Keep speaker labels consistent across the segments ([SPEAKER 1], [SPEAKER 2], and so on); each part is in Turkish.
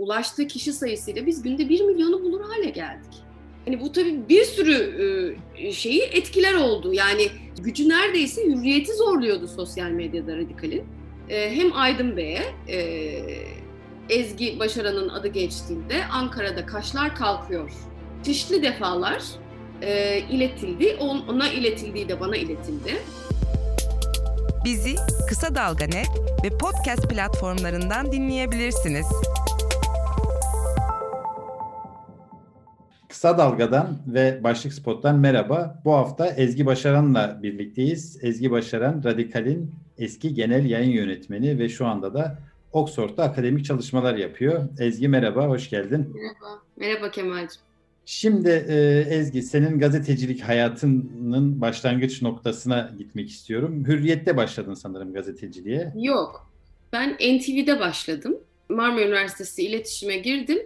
[SPEAKER 1] ulaştığı kişi sayısıyla biz günde 1 milyonu bulur hale geldik. Hani bu tabii bir sürü şeyi etkiler oldu. Yani gücü neredeyse hürriyeti zorluyordu sosyal medyada Radikal'in. Hem Aydın Bey'e, Ezgi Başaran'ın adı geçtiğinde Ankara'da kaşlar kalkıyor. Çeşitli defalar iletildi. Ona iletildiği de bana iletildi.
[SPEAKER 2] Bizi Kısa Dalga Net ve podcast platformlarından dinleyebilirsiniz.
[SPEAKER 3] Kısa Dalga'dan ve Başlık Spot'tan merhaba. Bu hafta Ezgi Başaran'la birlikteyiz. Ezgi Başaran, Radikal'in eski genel yayın yönetmeni ve şu anda da Oxford'da akademik çalışmalar yapıyor. Ezgi merhaba, hoş geldin.
[SPEAKER 1] Merhaba, merhaba Kemal'cim.
[SPEAKER 3] Şimdi Ezgi, senin gazetecilik hayatının başlangıç noktasına gitmek istiyorum. Hürriyet'te başladın sanırım gazeteciliğe.
[SPEAKER 1] Yok, ben NTV'de başladım. Marmara Üniversitesi iletişime girdim.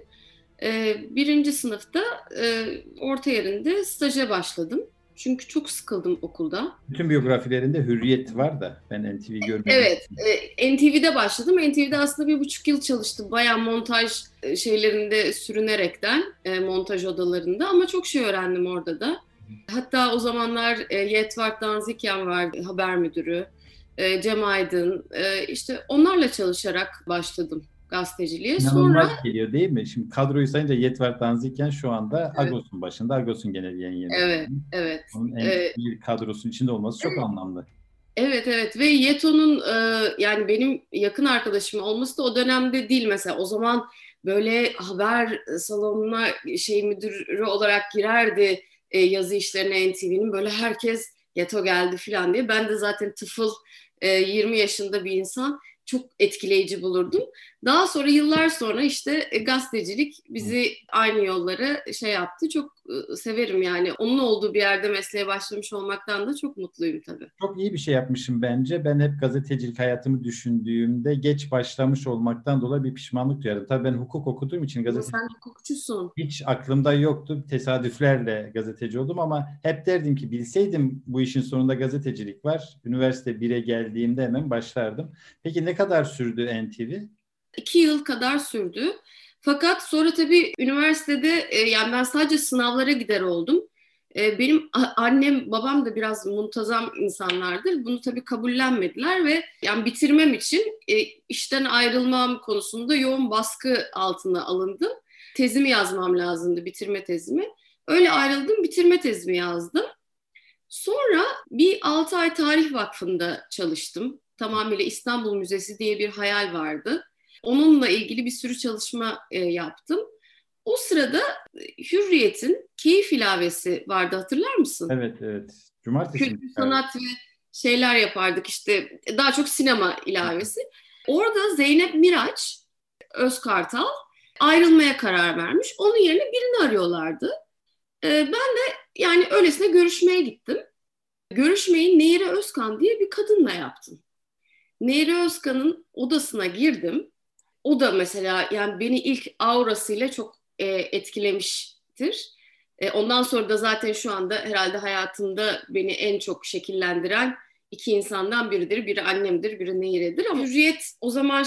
[SPEAKER 1] Birinci sınıfta orta yerinde staja başladım. Çünkü çok sıkıldım okulda.
[SPEAKER 3] Bütün biyografilerinde Hürriyet var da ben NTV görmedim.
[SPEAKER 1] Evet, NTV'de başladım. NTV'de aslında 1,5 yıl çalıştım. Bayağı montaj şeylerinde sürünerekten, montaj odalarında ama çok şey öğrendim orada da. Hatta o zamanlar Yetvart Danzikyan vardı, haber müdürü, Cem Aydın, işte onlarla çalışarak başladım gazeteciliğe.
[SPEAKER 3] İnanılmaz geliyor değil mi? Şimdi kadroyu sayınca Yetvart Danzikyan şu anda evet. Agos'un başında. Agos'un genel yayın yönetmeni.
[SPEAKER 1] Evet, evet.
[SPEAKER 3] Onun en iyi kadrosunun içinde olması çok anlamlı.
[SPEAKER 1] Evet ve Yeto'nun yani benim yakın arkadaşım olması da o dönemde değil mesela. O zaman böyle haber salonuna müdürü olarak girerdi yazı işlerine NTV'nin. Böyle herkes Yeto geldi falan diye. Ben de zaten tıfıl 20 yaşında bir insan. Çok etkileyici bulurdum. Daha sonra yıllar sonra işte gazetecilik bizi aynı yollara yaptı. Çok severim yani. Onun olduğu bir yerde mesleğe başlamış olmaktan da çok mutluyum tabii.
[SPEAKER 3] Çok iyi bir şey yapmışım bence. Ben hep gazetecilik hayatımı düşündüğümde geç başlamış olmaktan dolayı bir pişmanlık duyarım. Tabii ben hukuk okuduğum için gazetecilik...
[SPEAKER 1] Sen hukukçusun.
[SPEAKER 3] Hiç aklımda yoktu. Tesadüflerle gazeteci oldum ama hep derdim ki bilseydim bu işin sonunda gazetecilik var. Üniversite 1'e geldiğimde hemen başlardım. Peki ne kadar sürdü NTV?
[SPEAKER 1] 2 yıl kadar sürdü. Fakat sonra tabii üniversitede yani ben sadece sınavlara gider oldum. Benim annem, babam da biraz muntazam insanlardır. Bunu tabii kabullenmediler ve yani bitirmem için işten ayrılmam konusunda yoğun baskı altına alındım. Tezimi yazmam lazımdı, bitirme tezimi. Öyle ayrıldım, bitirme tezimi yazdım. Sonra bir 6 ay Tarih Vakfı'nda çalıştım. Tamamıyla İstanbul Müzesi diye bir hayal vardı. Onunla ilgili bir sürü çalışma yaptım. O sırada Hürriyet'in Keyif İlavesi vardı, hatırlar mısın?
[SPEAKER 3] Evet. Cumartesi
[SPEAKER 1] kültür, sanat ve şeyler yapardık işte. Daha çok sinema ilavesi. Orada Zeynep Miraç Özkartal ayrılmaya karar vermiş. Onun yerine birini arıyorlardı. Ben de yani öylesine görüşmeye gittim. Görüşmeyi Nehire Özkan diye bir kadınla yaptım. Nehire Özkan'ın odasına girdim. O da mesela yani beni ilk aurasıyla çok etkilemiştir. Ondan sonra da zaten şu anda herhalde hayatımda beni en çok şekillendiren 2 insandan biridir. Biri annemdir, biri Nehire'dir. Ama Hürriyet o zaman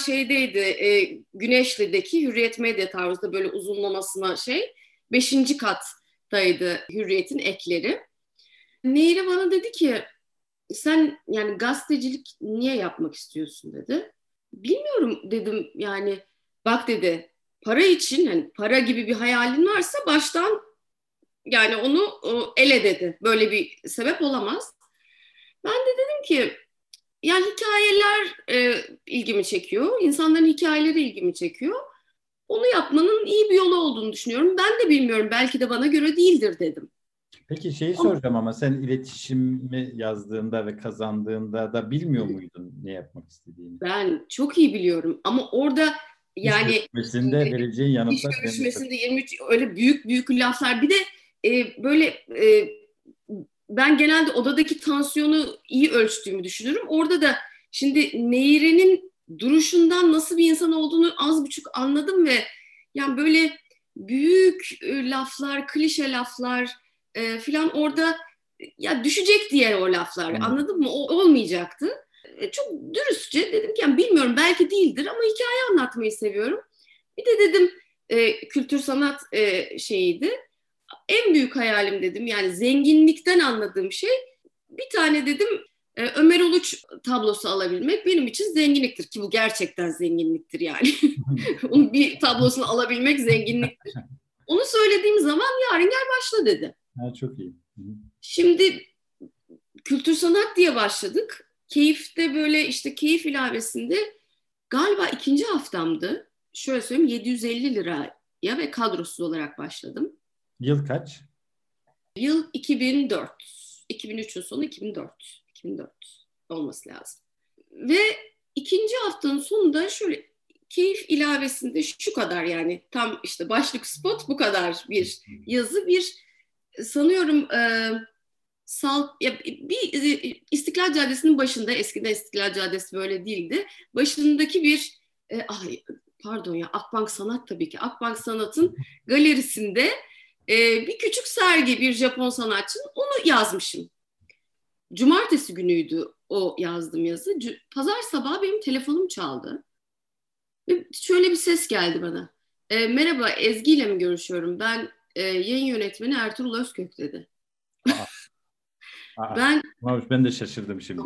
[SPEAKER 1] Güneşli'deki Hürriyet Medya tarzında böyle uzunlamasına 5. kattaydı Hürriyet'in ekleri. Nehire bana dedi ki sen yani gazetecilik niye yapmak istiyorsun dedi. Bilmiyorum dedim yani. Bak dedi, para için hani para gibi bir hayalin varsa baştan yani onu ele dedi. Böyle bir sebep olamaz. Ben de dedim ki yani hikayeler ilgimi çekiyor. İnsanların hikayeleri ilgimi çekiyor. Onu yapmanın iyi bir yolu olduğunu düşünüyorum. Ben de bilmiyorum, belki de bana göre değildir dedim.
[SPEAKER 3] Peki soracağım ama sen iletişimi yazdığında ve kazandığında da bilmiyor muydun ne yapmak istediğini?
[SPEAKER 1] Ben çok iyi biliyorum ama orada yani
[SPEAKER 3] İş görüşmesinde vereceğin yanıtlar.
[SPEAKER 1] İş görüşmesinde 23 öyle büyük laflar. Bir de böyle ben genelde odadaki tansiyonu iyi ölçtüğümü düşünürüm. Orada da şimdi Nehire'nin duruşundan nasıl bir insan olduğunu az buçuk anladım ve yani böyle büyük laflar, klişe laflar filan orada ya düşecek diye o laflar. Anladın mı? O olmayacaktı. Çok dürüstçe dedim ki yani bilmiyorum, belki değildir ama hikaye anlatmayı seviyorum. Bir de dedim kültür sanat şeyiydi. En büyük hayalim dedim, yani zenginlikten anladığım şey, bir tane dedim Ömer Uluç tablosu alabilmek benim için zenginliktir, ki bu gerçekten zenginliktir yani. Onun bir tablosunu alabilmek zenginliktir. Onu söylediğim zaman yarın gel başla dedi.
[SPEAKER 3] Ha, çok iyi.
[SPEAKER 1] Şimdi kültür sanat diye başladık. Keyif'te böyle işte keyif ilavesinde galiba ikinci haftamdı. Şöyle söyleyeyim, 750 liraya ve kadrosuz olarak başladım.
[SPEAKER 3] Yıl kaç?
[SPEAKER 1] Yıl 2004. 2003'ün sonu 2004. 2004 olması lazım. Ve ikinci haftanın sonunda şöyle keyif ilavesinde şu kadar, yani tam işte başlık spot bu kadar bir yazı, bir sanıyorum bir İstiklal Caddesi'nin başında, eskiden İstiklal Caddesi böyle değildi, başındaki bir pardon ya, Akbank Sanat, tabii ki Akbank Sanat'ın galerisinde bir küçük sergi, bir Japon sanatçının, onu yazmışım. Cumartesi günüydü o yazdığım yazı. Pazar sabahı benim telefonum çaldı. Ve şöyle bir ses geldi bana. Merhaba, Ezgi ile mi görüşüyorum? Ben yayın yönetmeni Ertuğrul Özkök dedi.
[SPEAKER 3] Ben de şaşırdım şimdi.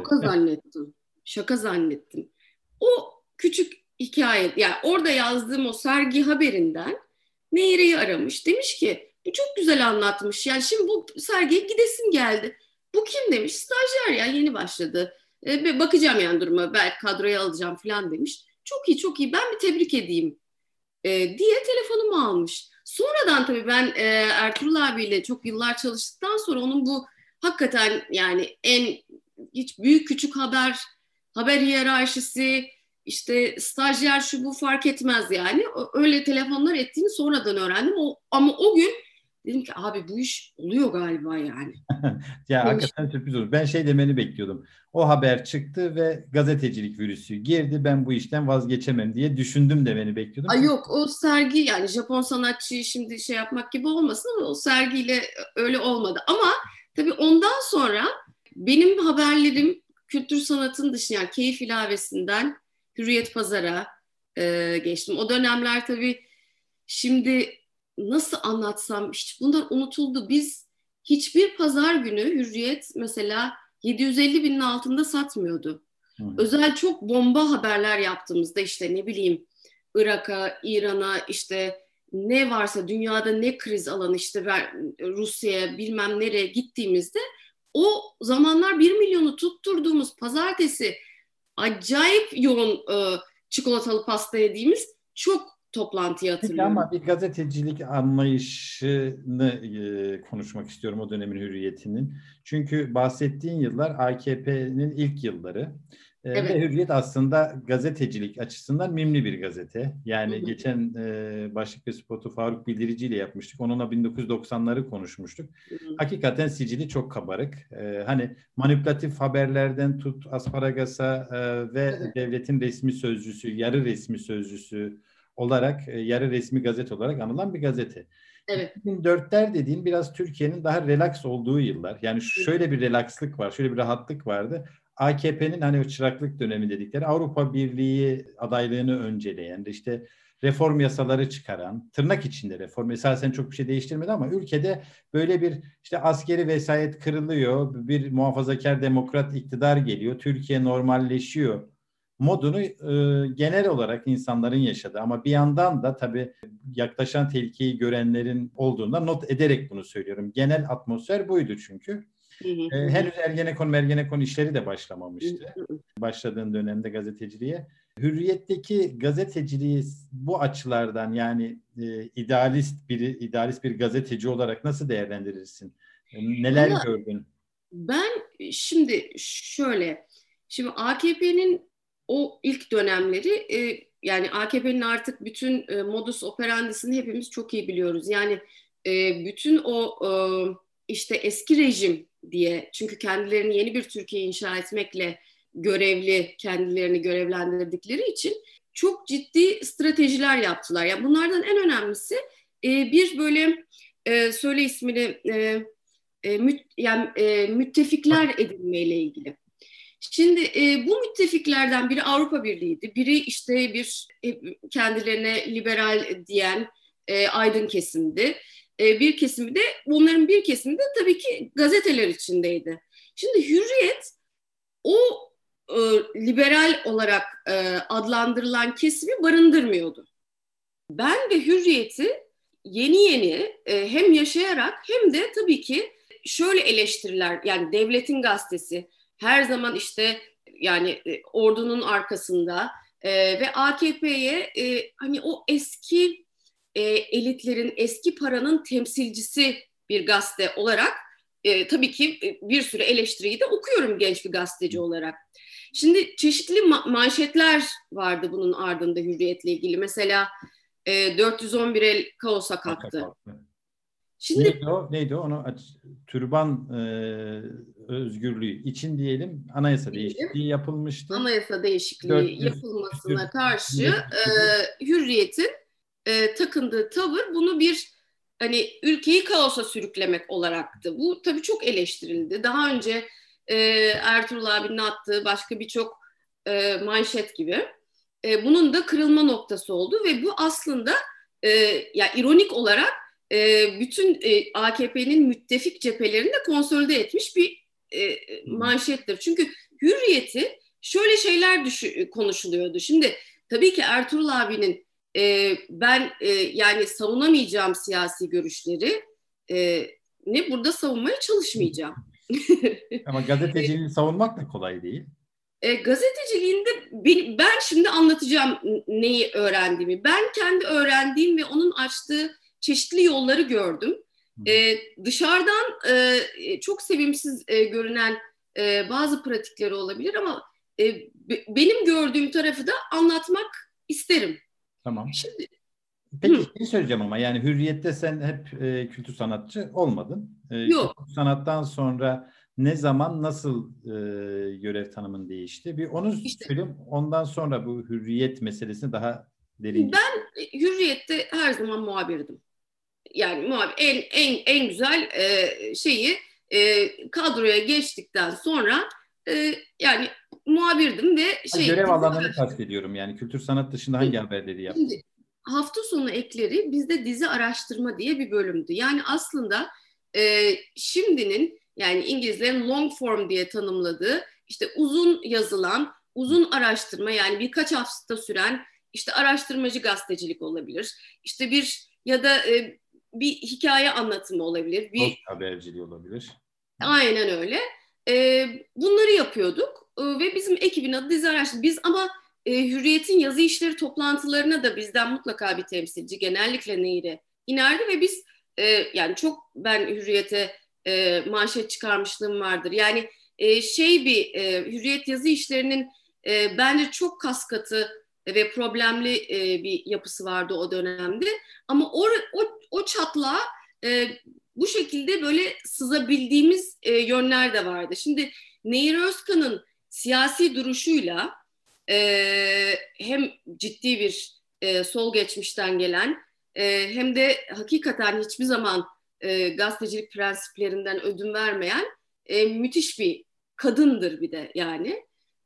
[SPEAKER 1] Şaka zannettim. O küçük hikaye, yani orada yazdığım o sergi haberinden Meyre'yi aramış. Demiş ki bu çok güzel anlatmış. Yani şimdi bu sergiye gidesim geldi. Bu kim demiş? Stajyer ya, yeni başladı. Bakacağım yani duruma, belki kadroya alacağım falan demiş. Çok iyi, çok iyi, ben bir tebrik edeyim diye telefonumu almış. Sonradan tabii ben Ertuğrul abiyle çok yıllar çalıştıktan sonra onun bu hakikaten yani hiç büyük küçük haber hiyerarşisi, işte stajyer şu bu fark etmez yani. Öyle telefonlar ettiğini sonradan öğrendim. Ama o gün dedim ki abi bu iş oluyor galiba yani.
[SPEAKER 3] Ya hakikaten sürpriz oldu. Ben demeni bekliyordum. O haber çıktı ve gazetecilik virüsü girdi. Ben bu işten vazgeçemem diye düşündüm demeni bekliyordum.
[SPEAKER 1] Yok, o sergi yani Japon sanatçıyı şimdi yapmak gibi olmasın ama o sergiyle öyle olmadı. Ama tabii ondan sonra benim haberlerim kültür sanatın dışında, yani keyif ilavesinden Hürriyet Pazar'a geçtim. O dönemler tabii şimdi nasıl anlatsam, hiç bunlar unutuldu. Biz hiçbir pazar günü Hürriyet mesela 750 binin altında satmıyordu. Özel çok bomba haberler yaptığımızda, işte ne bileyim Irak'a, İran'a, işte ne varsa dünyada, ne kriz alanı, işte Rusya'ya, bilmem nereye gittiğimizde, o zamanlar 1 milyonu tutturduğumuz pazartesi acayip yoğun çikolatalı pasta yediğimiz çok toplantıyı hatırlıyorum.
[SPEAKER 3] Ama bir gazetecilik anlayışını konuşmak istiyorum o dönemin Hürriyet'inin. Çünkü bahsettiğin yıllar AKP'nin ilk yılları.
[SPEAKER 1] Evet.
[SPEAKER 3] Ve Hürriyet aslında gazetecilik açısından mimli bir gazete. Yani geçen başlık ve spotu Faruk Bildirici ile yapmıştık. Onunla 1990'ları konuşmuştuk. Hakikaten sicili çok kabarık. Hani manipülatif haberlerden tut Asparagasa ve devletin resmi sözcüsü, yarı resmi sözcüsü olarak, yarı resmi gazete olarak anılan bir gazete.
[SPEAKER 1] Evet.
[SPEAKER 3] 2004'ler dediğin biraz Türkiye'nin daha relax olduğu yıllar. Yani şöyle bir relakslık var, şöyle bir rahatlık vardı. AKP'nin hani o çıraklık dönemi dedikleri, Avrupa Birliği adaylığını önceleyen, işte reform yasaları çıkaran, tırnak içinde reform, esasen çok bir şey değiştirmedi ama ülkede böyle bir işte askeri vesayet kırılıyor, bir muhafazakar demokrat iktidar geliyor, Türkiye normalleşiyor modunu genel olarak insanların yaşadığı, ama bir yandan da tabii yaklaşan tehlikeyi görenlerin olduğundan not ederek bunu söylüyorum. Genel atmosfer buydu çünkü. Henüz Ergenekon işleri de başlamamıştı. Başladığın dönemde gazeteciliğe. Hürriyet'teki gazeteciliği bu açılardan, yani idealist bir gazeteci olarak nasıl değerlendirirsin? Neler gördün?
[SPEAKER 1] Ben şimdi AKP'nin o ilk dönemleri, yani AKP'nin artık bütün modus operandisini hepimiz çok iyi biliyoruz. Yani bütün o işte eski rejim diye, çünkü kendilerini yeni bir Türkiye inşa etmekle kendilerini görevlendirdikleri için çok ciddi stratejiler yaptılar. Yani bunlardan en önemlisi bir böyle söyle ismini müttefikler edinmeyle ilgili. Şimdi bu müttefiklerden biri Avrupa Birliği'ydi. Biri işte bir kendilerine liberal diyen aydın kesimdi. Bir kesimi de bunların bir kesimi de tabii ki gazeteler içindeydi. Şimdi Hürriyet o liberal olarak adlandırılan kesimi barındırmıyordu. Ben de Hürriyet'i yeni yeni hem yaşayarak hem de tabii ki şöyle eleştiriler, yani devletin gazetesi her zaman işte yani ordunun arkasında ve AKP'ye hani o eski elitlerin, eski paranın temsilcisi bir gazete olarak tabii ki bir sürü eleştiriyi de okuyorum genç bir gazeteci olarak. Şimdi çeşitli manşetler vardı bunun ardında Hürriyet'le ilgili. Mesela 411 el kaosa kalktı.
[SPEAKER 3] Şimdi neydi o? Onu türban özgürlüğü için diyelim anayasa değişikliği yapılmıştı.
[SPEAKER 1] Anayasa değişikliği yapılmasına karşı Hürriyet'in takındığı tavır bunu bir hani ülkeyi kaosa sürüklemek olaraktı. Bu tabii çok eleştirildi. Daha önce Ertuğrul abinin attığı başka birçok manşet gibi. Bunun da kırılma noktası oldu ve bu aslında ya ironik olarak bütün AKP'nin müttefik cephelerini de konsolide etmiş bir manşettir. Çünkü Hürriyet'i şöyle şeyler konuşuluyordu. Şimdi tabii ki Ertuğrul abinin ben yani savunamayacağım siyasi görüşleri ne burada savunmaya çalışmayacağım.
[SPEAKER 3] Ama gazeteciliğini savunmak da kolay değil.
[SPEAKER 1] Gazeteciliğinde ben şimdi anlatacağım neyi öğrendiğimi. Ben kendi öğrendiğim ve onun açtığı çeşitli yolları gördüm. Dışarıdan çok sevimsiz görünen bazı pratikleri olabilir ama benim gördüğüm tarafı da anlatmak isterim.
[SPEAKER 3] Tamam. Şimdi, peki şey söyleyeceğim ama yani Hürriyet'te sen hep kültür sanatçı olmadın.
[SPEAKER 1] Yok.
[SPEAKER 3] Kültür sanattan sonra ne zaman nasıl görev tanımın değişti? Bir onu söyleyeyim. Ondan sonra bu Hürriyet meselesini daha derin.
[SPEAKER 1] Ben Hürriyet'te her zaman muhabirdim. Yani en güzel şeyi kadroya geçtikten sonra yani muhabirdim ve
[SPEAKER 3] görev alanını kastediyorum. Yani kültür sanat dışında hangi haberleri yaptın?
[SPEAKER 1] Şimdi hafta sonu ekleri bizde dizi araştırma diye bir bölümdü. Yani aslında şimdinin yani İngilizlerin long form diye tanımladığı işte uzun yazılan, uzun araştırma yani birkaç hafta süren işte araştırmacı gazetecilik olabilir. İşte bir ya da bir hikaye anlatımı olabilir. Bir
[SPEAKER 3] haberciliği olabilir.
[SPEAKER 1] Aynen öyle. Bunları yapıyorduk ve bizim ekibin adı dizi araştırma. Biz ama Hürriyet'in yazı işleri toplantılarına da bizden mutlaka bir temsilci, genellikle Nehir'e inerdi ve biz yani çok ben Hürriyet'e manşet çıkarmışlığım vardır. Yani Hürriyet yazı işlerinin bence çok kaskatı ve problemli bir yapısı vardı o dönemde. Ama o çatlağa bu şekilde böyle sızabildiğimiz yönler de vardı. Şimdi Nehir Özkan'ın siyasi duruşuyla hem ciddi bir sol geçmişten gelen hem de hakikaten hiçbir zaman gazetecilik prensiplerinden ödün vermeyen müthiş bir kadındır bir de yani.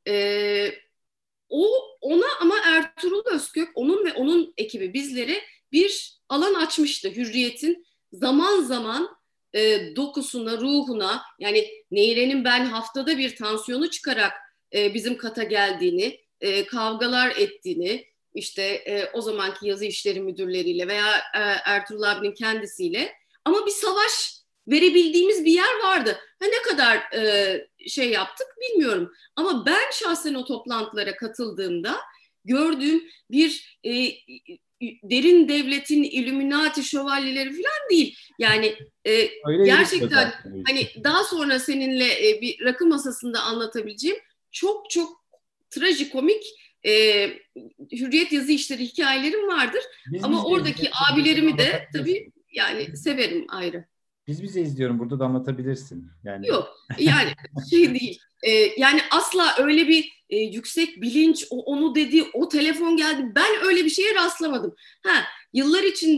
[SPEAKER 1] Ona ama Ertuğrul Özkök, onun ve onun ekibi bizlere bir alan açmıştı. Hürriyet'in zaman zaman dokusuna, ruhuna, yani Neyre'nin ben haftada bir tansiyonu çıkarak bizim kata geldiğini, kavgalar ettiğini, işte o zamanki yazı işleri müdürleriyle veya Ertuğrul abinin kendisiyle ama bir savaş verebildiğimiz bir yer vardı. Ne kadar şey yaptık bilmiyorum. Ama ben şahsen o toplantılara katıldığımda gördüğüm bir derin devletin Illuminati şövalyeleri falan değil. Yani gerçekten hani daha sonra seninle bir rakı masasında anlatabileceğim çok çok trajikomik Hürriyet yazı işleri hikayelerim vardır. Ama oradaki abilerimi de tabii yani severim ayrı.
[SPEAKER 3] Biz bize izliyorum. Burada da anlatabilirsin. Yani.
[SPEAKER 1] Yok. Yani şey değil. Yani asla öyle bir yüksek bilinç, onu dedi, o telefon geldi. Ben öyle bir şeye rastlamadım. Yıllar içinde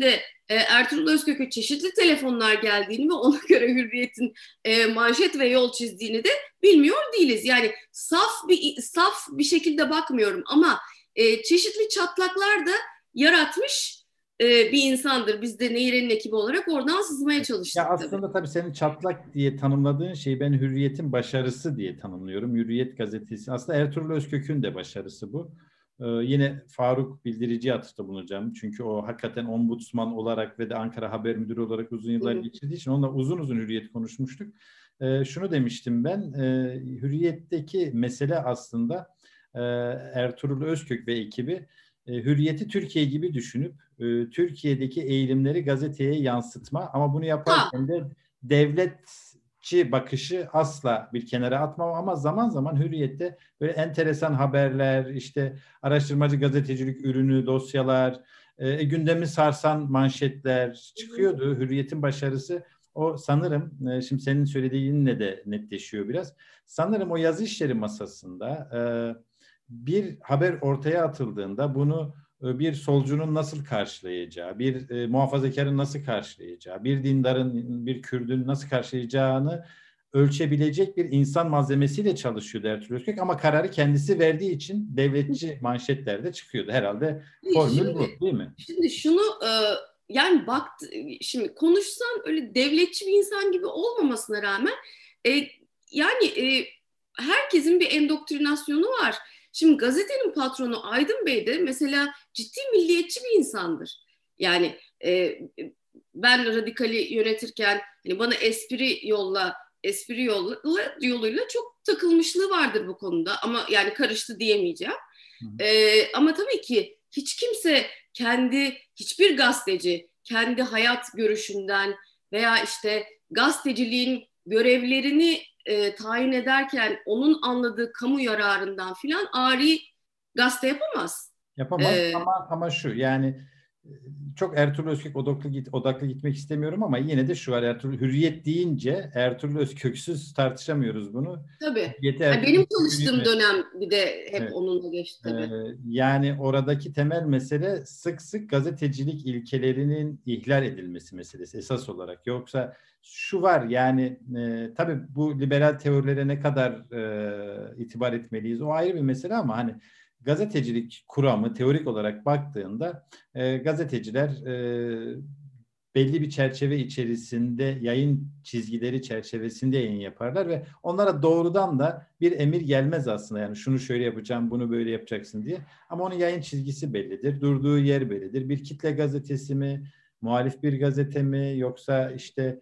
[SPEAKER 1] Ertuğrul Özkök'e çeşitli telefonlar geldiğini ve ona göre Hürriyet'in manşet ve yol çizdiğini de bilmiyor değiliz. Yani saf bir şekilde bakmıyorum ama çeşitli çatlaklar da yaratmış bir insandır. Biz de Nehir'in ekibi olarak oradan sızmaya çalıştık.
[SPEAKER 3] Ya aslında tabii senin çatlak diye tanımladığın şeyi ben Hürriyet'in başarısı diye tanımlıyorum. Hürriyet gazetesi. Aslında Ertuğrul Özkök'ün de başarısı bu. Yine Faruk Bildirici'ye atıfta bulunacağım. Çünkü o hakikaten ombudsman olarak ve de Ankara Haber Müdürü olarak uzun yıllar geçirdiği için onunla uzun uzun Hürriyet konuşmuştuk. Şunu demiştim ben, Hürriyet'teki mesele aslında Ertuğrul Özkök ve ekibi Hürriyet'i Türkiye gibi düşünüp Türkiye'deki eğilimleri gazeteye yansıtma, ama bunu yaparken de devletçi bakışı asla bir kenara atmam, ama zaman zaman Hürriyet'te böyle enteresan haberler, işte araştırmacı gazetecilik ürünü, dosyalar, gündemi sarsan manşetler çıkıyordu. Hürriyet'in başarısı o sanırım, şimdi senin söylediğinle de netleşiyor biraz. Sanırım o yazı işleri masasında bir haber ortaya atıldığında bunu bir solcunun nasıl karşılayacağı, bir muhafazakarın nasıl karşılayacağı, bir dindarın, bir Kürdün nasıl karşılayacağını ölçebilecek bir insan malzemesiyle çalışıyordu Ertuğrul Özkök, ama kararı kendisi verdiği için devletçi manşetlerde çıkıyordu. Herhalde formül bu, değil mi?
[SPEAKER 1] Şimdi şunu yani şimdi konuşsan öyle devletçi bir insan gibi olmamasına rağmen yani herkesin bir endoktrinasyonu var. Şimdi gazetenin patronu Aydın Bey de mesela ciddi milliyetçi bir insandır. Yani ben Radikal'i yönetirken hani bana espri yoluyla çok takılmışlığı vardır bu konuda. Ama yani karıştı diyemeyeceğim. Ama tabii ki hiçbir gazeteci kendi hayat görüşünden veya işte gazeteciliğin görevlerini tayin ederken onun anladığı kamu yararından filan ari gazete yapamaz.
[SPEAKER 3] Yapamaz ama şu yani çok Ertuğrul Özkök odaklı gitmek istemiyorum, ama yine de şu var, Hürriyet deyince Ertuğrul Özköksüz tartışamıyoruz bunu.
[SPEAKER 1] Tabii. Yani benim çalıştığım dönem bir de hep onunla geçti tabii.
[SPEAKER 3] Yani oradaki temel mesele sık sık gazetecilik ilkelerinin ihlal edilmesi meselesi esas olarak. Yoksa şu var yani tabii bu liberal teorilere ne kadar itibar etmeliyiz o ayrı bir mesele, ama hani gazetecilik kuramı teorik olarak baktığında gazeteciler belli bir çerçeve içerisinde, yayın çizgileri çerçevesinde yayın yaparlar ve onlara doğrudan da bir emir gelmez aslında. Yani şunu şöyle yapacağım, bunu böyle yapacaksın diye. Ama onun yayın çizgisi bellidir, durduğu yer bellidir. Bir kitle gazetesi mi, muhalif bir gazete mi, yoksa işte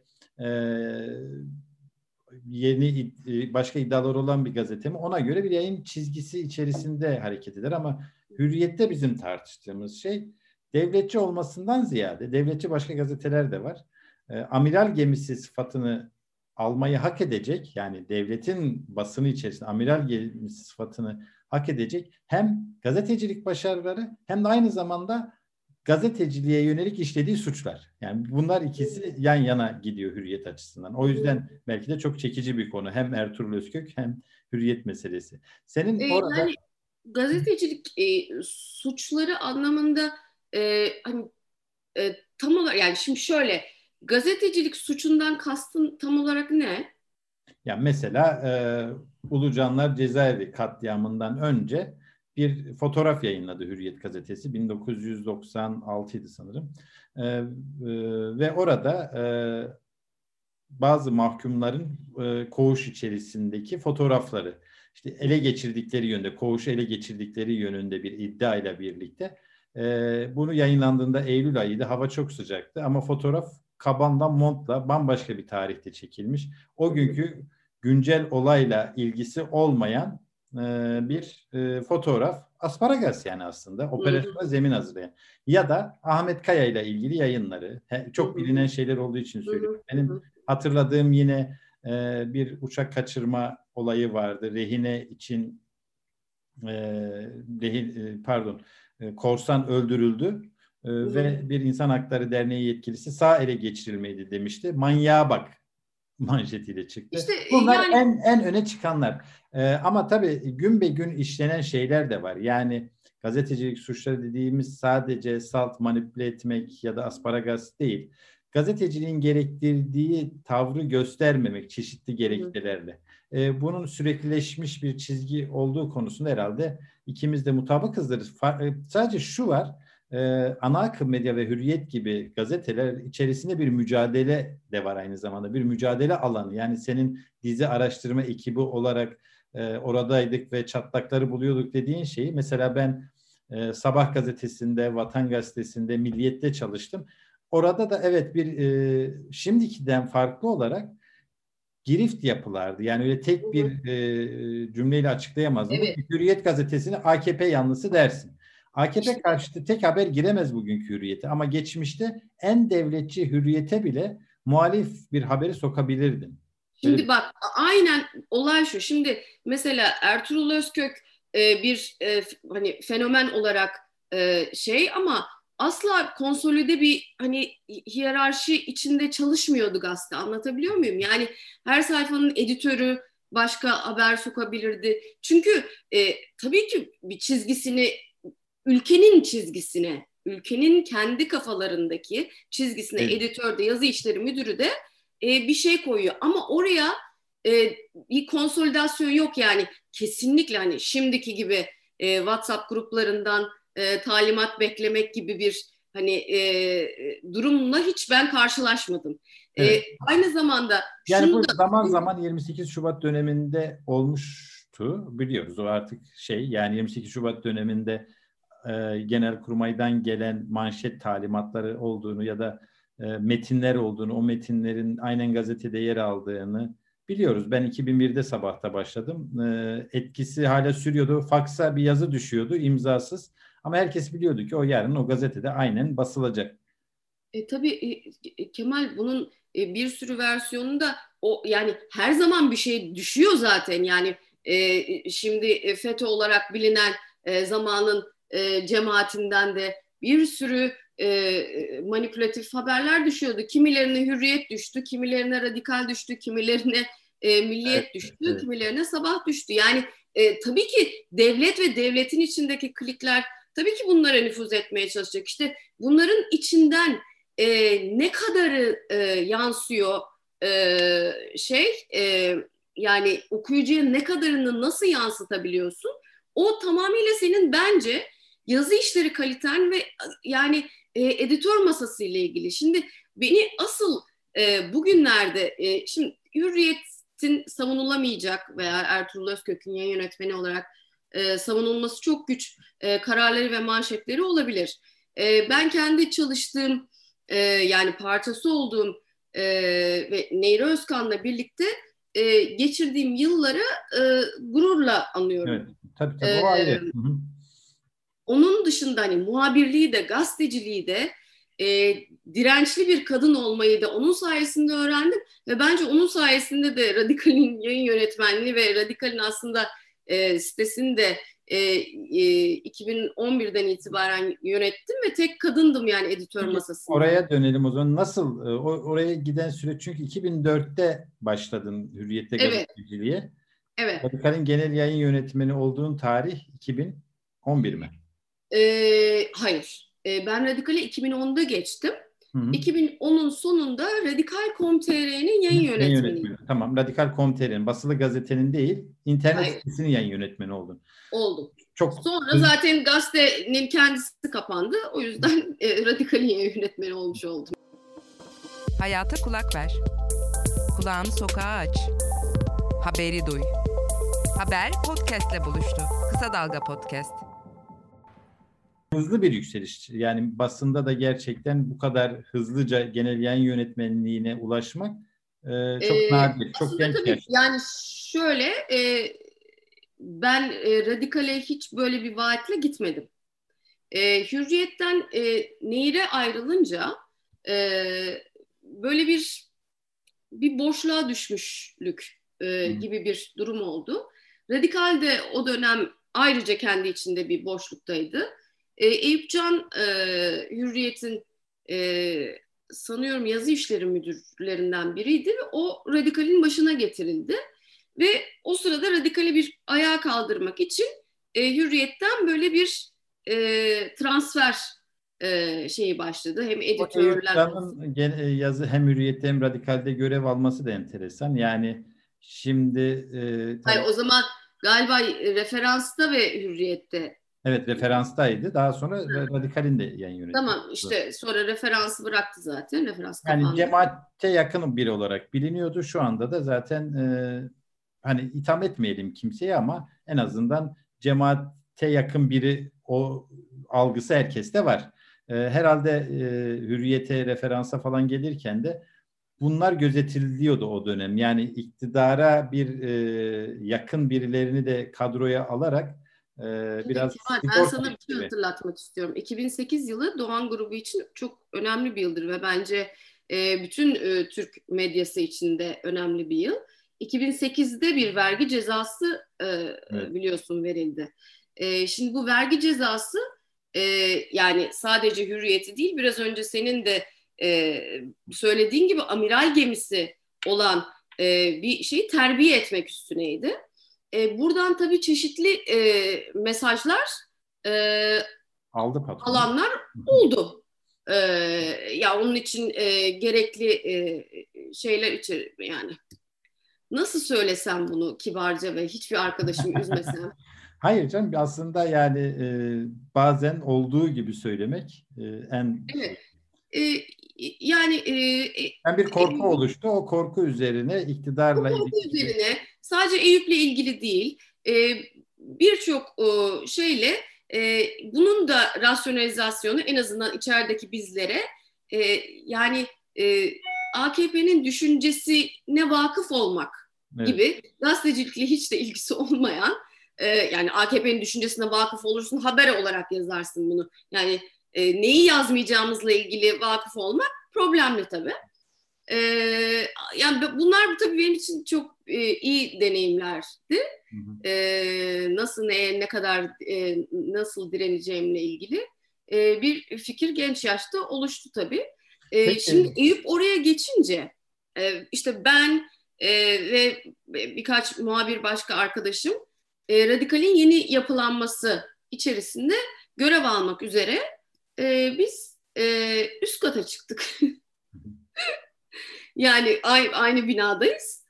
[SPEAKER 3] yeni başka iddiaları olan bir gazete mi, ona göre bir yayın çizgisi içerisinde hareket eder. Ama Hürriyet'te bizim tartıştığımız şey devletçi olmasından ziyade, devletçi başka gazeteler de var, amiral gemisi sıfatını almayı hak edecek, yani devletin basını içerisinde amiral gemisi sıfatını hak edecek hem gazetecilik başarıları hem de aynı zamanda gazeteciliğe yönelik işlediği suçlar. Yani bunlar ikisi yan yana gidiyor Hürriyet açısından. O yüzden belki de çok çekici bir konu. Hem Ertuğrul Özkök hem Hürriyet meselesi. Senin orada...
[SPEAKER 1] Yani gazetecilik suçları anlamında hani tam olarak, yani şimdi şöyle, gazetecilik suçundan kastın tam olarak ne?
[SPEAKER 3] Ya mesela Ulucanlar Cezaevi katliamından önce bir fotoğraf yayınladı Hürriyet gazetesi. 1996'ydı sanırım. Ve orada bazı mahkumların koğuş içerisindeki fotoğrafları, işte ele geçirdikleri yönde, koğuşu ele geçirdikleri yönünde bir iddia ile birlikte bunu yayınlandığında Eylül ayıydı. Hava çok sıcaktı ama fotoğraf kabanla, montla bambaşka bir tarihte çekilmiş. O günkü güncel olayla ilgisi olmayan bir fotoğraf. Asparagas yani aslında. Operasyona zemin hazırlayan. Ya da Ahmet Kaya ile ilgili yayınları. Çok bilinen şeyler olduğu için söylüyorum. Benim hatırladığım yine bir uçak kaçırma olayı vardı. Rehine için korsan öldürüldü. Ve bir İnsan Hakları Derneği yetkilisi sağ ele geçirilmeydi demişti. Manyağa bak manşetiyle çıktı. İşte, bunlar yani... en öne çıkanlar. Ama tabii gün be gün işlenen şeyler de var. Yani gazetecilik suçları dediğimiz sadece salt manipüle etmek ya da asparagas değil. Gazeteciliğin gerektirdiği tavrı göstermemek çeşitli gerekçelerle. Bunun süreklileşmiş bir çizgi olduğu konusunda herhalde ikimiz de mutabıkızdır. Sadece şu var, ana akım medya ve Hürriyet gibi gazeteler içerisinde bir mücadele de var aynı zamanda. Bir mücadele alanı. Yani senin dizi araştırma ekibi olarak oradaydık ve çatlakları buluyorduk dediğin şeyi. Mesela ben Sabah gazetesinde, Vatan gazetesinde, Milliyet'te çalıştım. Orada da evet bir şimdikiden farklı olarak girift yapılardı. Yani öyle tek bir cümleyle açıklayamazdım.
[SPEAKER 1] Evet.
[SPEAKER 3] Bu Hürriyet gazetesini AKP yanlısı dersin. AKP karşıtı tek haber giremez bugünkü Hürriyet'e ama geçmişte en devletçi Hürriyet'e bile muhalif bir haberi sokabilirdin.
[SPEAKER 1] Şimdi bak aynen olay şu. Şimdi mesela Ertuğrul Özkök bir hani fenomen olarak ama asla konsolide bir hani hiyerarşi içinde çalışmıyordu gazete. Anlatabiliyor muyum? Yani her sayfanın editörü başka haber sokabilirdi. Çünkü tabii ki bir çizgisini, ülkenin kendi kafalarındaki çizgisine
[SPEAKER 3] Evet.
[SPEAKER 1] editör de, yazı işleri müdürü de bir şey koyuyor. Ama oraya bir konsolidasyon yok yani. Kesinlikle hani şimdiki gibi WhatsApp gruplarından talimat beklemek gibi bir hani durumla hiç ben karşılaşmadım.
[SPEAKER 3] Evet.
[SPEAKER 1] Aynı zamanda
[SPEAKER 3] yani bu zaman zaman 28 Şubat döneminde olmuştu biliyoruz o artık yani 28 Şubat döneminde Genelkurmay'dan gelen manşet talimatları olduğunu ya da metinler olduğunu, o metinlerin aynen gazetede yer aldığını biliyoruz. Ben 2001'de Sabah'ta başladım. Etkisi hala sürüyordu. Faksa bir yazı düşüyordu imzasız. Ama herkes biliyordu ki o yarın o gazetede aynen basılacak.
[SPEAKER 1] Tabii Kemal bunun bir sürü versiyonunda yani her zaman bir şey düşüyor zaten. Yani şimdi FETÖ olarak bilinen zamanın cemaatinden de bir sürü manipülatif haberler düşüyordu. Kimilerine Hürriyet düştü, kimilerine Radikal düştü, kimilerine Milliyet düştü,
[SPEAKER 3] evet.
[SPEAKER 1] kimilerine Sabah düştü. Yani tabii ki devlet ve devletin içindeki klikler tabii ki bunlara nüfuz etmeye çalışacak. İşte bunların içinden ne kadarı yansıyor yani okuyucuya ne kadarını nasıl yansıtabiliyorsun? O tamamıyla senin bence yazı işleri kaliten ve yani editör masası ile ilgili. Şimdi beni asıl bugünlerde şimdi Hürriyet'in savunulamayacak veya Ertuğrul Özkök'ün yayın yönetmeni olarak savunulması çok güç kararları ve manşetleri olabilir. Ben kendi çalıştığım yani parçası olduğum ve Nehri Özkan'la birlikte geçirdiğim yılları gururla anıyorum.
[SPEAKER 3] Evet, tabii o ayrı.
[SPEAKER 1] Onun dışında hani muhabirliği de gazeteciliği de dirençli bir kadın olmayı da onun sayesinde öğrendim ve bence onun sayesinde de Radikal'in yayın yönetmenliği ve Radikal'in aslında sitesini de 2011'den itibaren yönettim ve tek kadındım yani editör masasında.
[SPEAKER 3] Oraya dönelim o zaman. Nasıl oraya giden süreç? Çünkü 2004'te başladın Hürriyet'te gazeteciliğe.
[SPEAKER 1] Evet.
[SPEAKER 3] Radikal'in genel yayın yönetmeni olduğun tarih 2011 mi?
[SPEAKER 1] Hayır. Ben Radikal'e 2010'da geçtim.
[SPEAKER 3] Hı-hı.
[SPEAKER 1] 2010'un sonunda Radikal.com.tr'nin yayın yönetmeniyim.
[SPEAKER 3] Tamam. Radikal.com.tr'nin basılı gazetenin değil, internet sitesinin yayın yönetmeni oldun.
[SPEAKER 1] Oldum. Sonra zaten gazetenin kendisi kapandı. O yüzden Radikal'in yayın yönetmeni olmuş oldum.
[SPEAKER 2] Hayata kulak ver. Kulağını sokağa aç. Haberi duy. Haber podcast'le buluştu. Kısa Dalga Podcast.
[SPEAKER 3] Hızlı bir yükseliş. Yani basında da gerçekten bu kadar hızlıca genel yayın yönetmenliğine ulaşmak çok nadir, çok genç yaşta.
[SPEAKER 1] Yani şöyle ben Radikal'e hiç böyle bir vaatle gitmedim. Hürriyet'ten Nehir'e ayrılınca böyle bir boşluğa düşmüşlük gibi bir durum oldu. Radikal de o dönem ayrıca kendi içinde bir boşluktaydı. Eyüp Can Hürriyet'in sanıyorum yazı işleri müdürlerinden biriydi ve o Radikal'in başına getirildi. Ve o sırada Radikal'i bir ayağa kaldırmak için Hürriyet'ten böyle bir transfer şeyi başladı. Hem
[SPEAKER 3] O
[SPEAKER 1] editörler olsun.
[SPEAKER 3] yazı hem Hürriyet'te hem Radikal'de görev alması da enteresan. Yani şimdi
[SPEAKER 1] Hayır,
[SPEAKER 3] tabii
[SPEAKER 1] o zaman galiba Referans'ta ve Hürriyet'te.
[SPEAKER 3] evet referanstaydı. Daha sonra Radikal'in de yayın yönetmeni
[SPEAKER 1] Tamam,
[SPEAKER 3] oldu.
[SPEAKER 1] işte sonra Referansı bıraktı zaten. Referans
[SPEAKER 3] Yani
[SPEAKER 1] kapandı.
[SPEAKER 3] cemaate yakın biri olarak biliniyordu. Şu anda da zaten hani itham etmeyelim kimseye ama en azından cemaate yakın biri o algısı herkeste var. Herhalde hürriyete, referansa falan gelirken de bunlar gözetiliyordu o dönem. Yani iktidara bir yakın birilerini de kadroya alarak
[SPEAKER 1] Şimdi
[SPEAKER 3] biraz
[SPEAKER 1] Kemal, ben
[SPEAKER 3] sigorta
[SPEAKER 1] sana bir şey
[SPEAKER 3] gibi.
[SPEAKER 1] hatırlatmak istiyorum. 2008 yılı Doğan grubu için çok önemli bir yıldır ve bence bütün Türk medyası için de önemli bir yıl. 2008'de bir vergi cezası
[SPEAKER 3] Evet.
[SPEAKER 1] biliyorsun verildi. Şimdi bu vergi cezası e, yani sadece Hürriyet'i değil, biraz önce senin de e, söylediğin gibi amiral gemisi olan bir şeyi terbiye etmek üstüneydi. Buradan tabii çeşitli mesajlar e,
[SPEAKER 3] Aldı patron.
[SPEAKER 1] alanlar oldu. E, Ya onun için gerekli şeyler için, yani nasıl söylesem bunu kibarca ve hiçbir arkadaşımı üzmesem.
[SPEAKER 3] Hayır canım aslında yani bazen olduğu gibi söylemek en
[SPEAKER 1] Evet.
[SPEAKER 3] şey.
[SPEAKER 1] E, Yani
[SPEAKER 3] Yani bir korku oluştu. O korku üzerine
[SPEAKER 1] bu
[SPEAKER 3] iktidarla
[SPEAKER 1] korku
[SPEAKER 3] ilişkili.
[SPEAKER 1] üzerine sadece Eyüp'le ilgili değil, birçok şeyle bunun da rasyonalizasyonu en azından içerideki bizlere yani AKP'nin düşüncesine vakıf olmak
[SPEAKER 3] Evet.
[SPEAKER 1] gibi, gazetecilikle hiç de ilgisi olmayan, yani AKP'nin düşüncesine vakıf olursun, haber olarak yazarsın bunu. Yani neyi yazmayacağımızla ilgili vakıf olmak problemli tabii. Yani bunlar tabii benim için çok iyi deneyimlerdi.
[SPEAKER 3] Hı hı.
[SPEAKER 1] Nasıl, neye, ne kadar nasıl direneceğimle ilgili bir fikir genç yaşta oluştu tabii. Şimdi
[SPEAKER 3] Peki.
[SPEAKER 1] Eyüp oraya geçince işte ben ve birkaç muhabir başka arkadaşım Radikal'in yeni yapılanması içerisinde görev almak üzere biz üst kata çıktık. Yani aynı binadayız.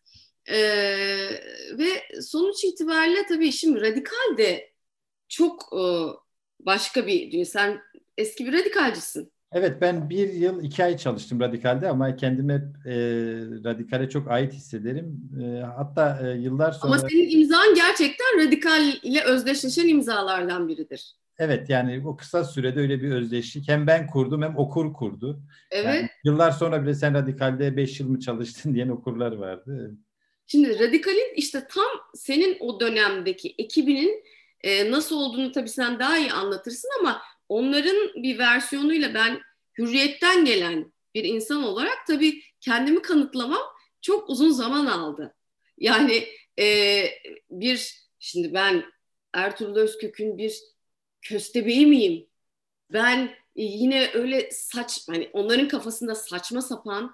[SPEAKER 1] Ve sonuç itibariyle tabii şimdi radikal de çok başka bir dünya. Sen eski bir radikalcisin.
[SPEAKER 3] Evet ben 1 yıl 2 ay çalıştım Radikal'de ama kendimi hep Radikal'e çok ait hissederim. Hatta yıllar
[SPEAKER 1] Ama
[SPEAKER 3] sonra
[SPEAKER 1] senin imzan gerçekten radikal ile özdeşleşen imzalardan biridir.
[SPEAKER 3] evet yani o kısa sürede öyle bir özdeşlik hem ben kurdum hem okur kurdu.
[SPEAKER 1] Evet.
[SPEAKER 3] Yani yıllar sonra bile sen Radikal'de 5 yıl mı çalıştın diyen okurlar vardı.
[SPEAKER 1] Şimdi radikalin işte tam senin o dönemdeki ekibinin nasıl olduğunu tabii sen daha iyi anlatırsın ama onların bir versiyonuyla ben hürriyetten gelen bir insan olarak tabii kendimi kanıtlamam çok uzun zaman aldı. Yani e, şimdi ben Ertuğrul Özkök'ün bir köstebeği miyim? Ben yine öyle hani onların kafasında saçma sapan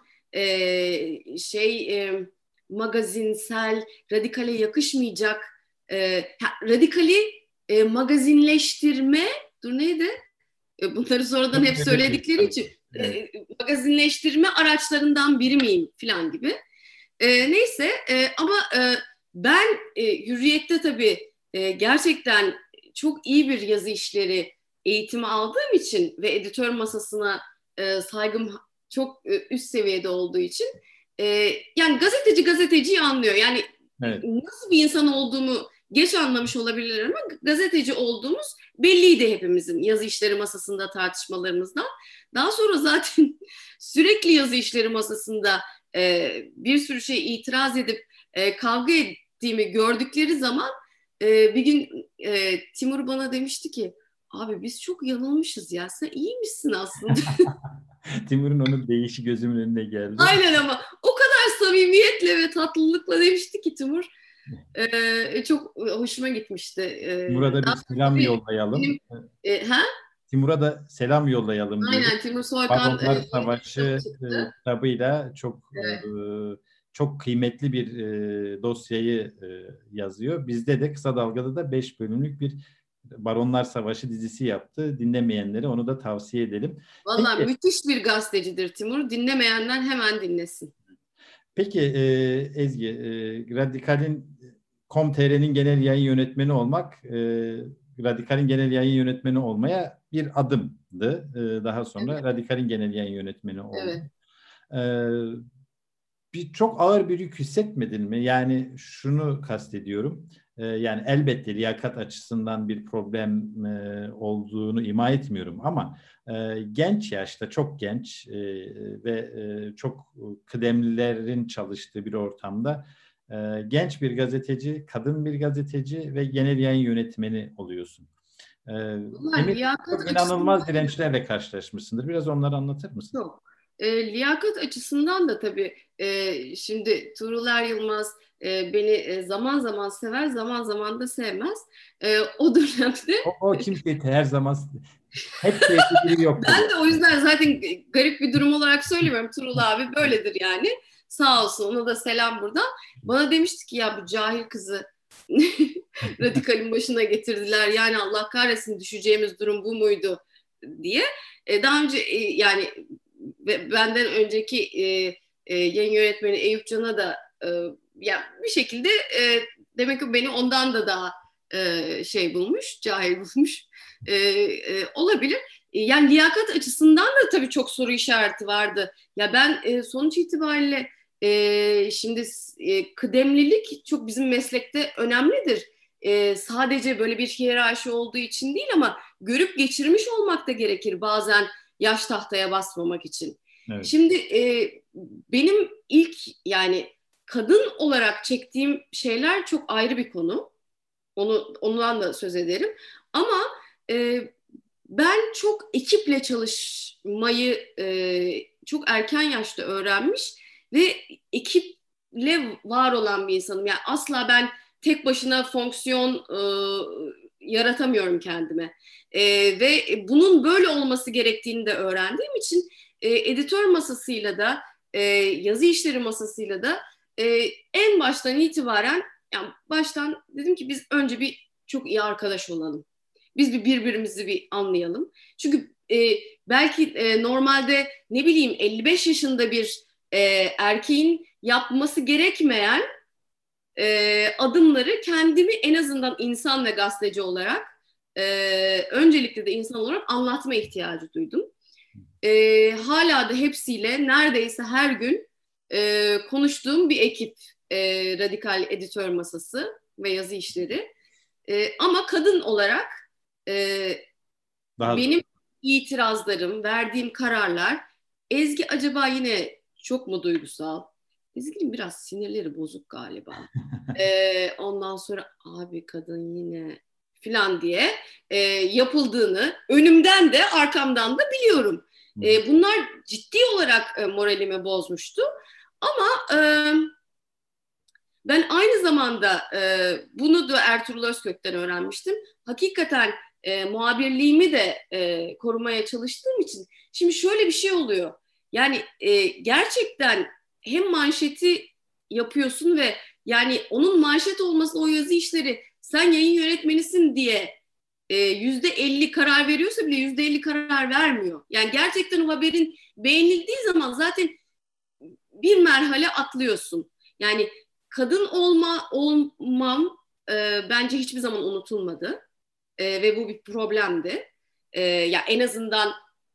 [SPEAKER 1] magazinsel, radikale yakışmayacak, radikali magazinleştirme, dur neydi? Bunları sonradan hep söyledikleri için
[SPEAKER 3] Evet.
[SPEAKER 1] magazinleştirme araçlarından biri miyim falan gibi. Neyse ama ben Hürriyet'te tabii gerçekten çok iyi bir yazı işleri eğitimi aldığım için ve editör masasına saygım çok üst seviyede olduğu için e, yani gazeteciyi anlıyor. Yani
[SPEAKER 3] Evet.
[SPEAKER 1] nasıl bir insan olduğumu geç anlamış olabilirler ama gazeteci olduğumuz belliydi hepimizin yazı işleri masasında tartışmalarımızdan. Daha sonra zaten sürekli yazı işleri masasında bir sürü şey itiraz edip kavga ettiğimi gördükleri zaman bir gün Timur bana demişti ki abi biz çok yanılmışız ya, sen iyi misin aslında?
[SPEAKER 3] Timur'un onun değişi gözümün önüne geldi.
[SPEAKER 1] Aynen, ama o kadar samimiyetle ve tatlılıkla demişti ki Timur, çok hoşuma gitmişti.
[SPEAKER 3] Timur'a da bir
[SPEAKER 1] Daha
[SPEAKER 3] selam
[SPEAKER 1] tabii
[SPEAKER 3] yollayalım.
[SPEAKER 1] benim ha
[SPEAKER 3] Timur'a da selam yollayalım diyelim.
[SPEAKER 1] aynen, Timur Soykan
[SPEAKER 3] Baronlar
[SPEAKER 1] yeni bir kitabı
[SPEAKER 3] Savaşı
[SPEAKER 1] çıktı.
[SPEAKER 3] kitabıyla çok
[SPEAKER 1] Evet.
[SPEAKER 3] çok kıymetli bir dosyayı yazıyor. Bizde de Kısa Dalga'da da 5 bölümlük bir Baronlar Savaşı dizisi yaptı. Dinlemeyenlere onu da tavsiye edelim.
[SPEAKER 1] Vallahi müthiş bir gazetecidir Timur. Dinlemeyenler hemen dinlesin.
[SPEAKER 3] Peki Ezgi, Radikal'in Com.tr'nin genel yayın yönetmeni olmak, Radikal'in genel yayın yönetmeni olmaya bir adımdı. Daha sonra Radikal'in genel yayın yönetmeni oldu. Evet. Çok ağır bir yük hissetmedin mi? Yani şunu kastediyorum. Yani elbette liyakat açısından bir problem olduğunu ima etmiyorum ama genç yaşta, çok genç ve çok kıdemlilerin çalıştığı bir ortamda genç bir gazeteci, kadın bir gazeteci ve genel yayın yönetmeni oluyorsun. Çok inanılmaz dirençlerle karşılaşmışsındır. Biraz onları anlatır mısın?
[SPEAKER 1] Yok. Liyakat açısından da tabii şimdi Tuğrul Yılmaz beni zaman zaman sever, zaman zaman da sevmez. O dönemde...
[SPEAKER 3] O kimse her zaman hep sevgili yok.
[SPEAKER 1] Ben de o yüzden zaten garip bir durum olarak söylemiyorum. Tuğrul abi böyledir yani. Sağ olsun, ona da selam buradan. Bana demişti ki ya bu cahil kızı Radikal'in başına getirdiler. Yani Allah kahretsin, düşeceğimiz durum bu muydu diye. Daha önce yani benden önceki yayın yönetmeni Eyüp Can'a da yani bir şekilde demek ki beni ondan da daha bulmuş, cahil bulmuş olabilir. Yani liyakat açısından da tabii çok soru işareti vardı. Ya ben sonuç itibariyle şimdi kıdemlilik çok bizim meslekte önemlidir. Sadece böyle bir hiyerarşi olduğu için değil ama görüp geçirmiş olmak da gerekir bazen yaş tahtaya basmamak için. Evet. Şimdi benim ilk yani kadın olarak çektiğim şeyler çok ayrı bir konu. Ondan da söz ederim. Ama ben çok ekiple çalışmayı çok erken yaşta öğrenmiş ve ekiple var olan bir insanım. Yani asla ben tek başına fonksiyon yaratamıyorum kendime. Ve bunun böyle olması gerektiğini de öğrendiğim için editör masasıyla da yazı işleri masasıyla da en baştan itibaren yani baştan dedim ki biz önce bir çok iyi arkadaş olalım. Biz birbirimizi bir anlayalım. Çünkü belki normalde ne bileyim 55 yaşında bir erkeğin yapması gerekmeyen adımları kendimi en azından insan ve gazeteci olarak öncelikle de insan olarak anlatma ihtiyacı duydum. Hala da hepsiyle neredeyse her gün konuştuğum bir ekip Radikal editör masası ve yazı işleri. Ama kadın olarak benim itirazlarım, verdiğim kararlar, Ezgi acaba yine çok mu duygusal? Ezgi'nin biraz sinirleri bozuk galiba. Ondan sonra abi kadın yine filan diye yapıldığını önümden de arkamdan da biliyorum. Bunlar ciddi olarak moralimi bozmuştu. Ama ben aynı zamanda bunu da Ertuğrul Özkök'ten öğrenmiştim. Hakikaten muhabirliğimi de korumaya çalıştığım için şimdi şöyle bir şey oluyor. Yani gerçekten hem manşeti yapıyorsun ve yani onun manşet olması o yazı işleri sen yayın yönetmenisin diye %50 karar veriyorsa bile %50 karar vermiyor. Yani gerçekten o haberin beğenildiği zaman zaten bir merhale atlıyorsun. Yani kadın olmam bence hiçbir zaman unutulmadı ve bu bir problemdi. Ya en azından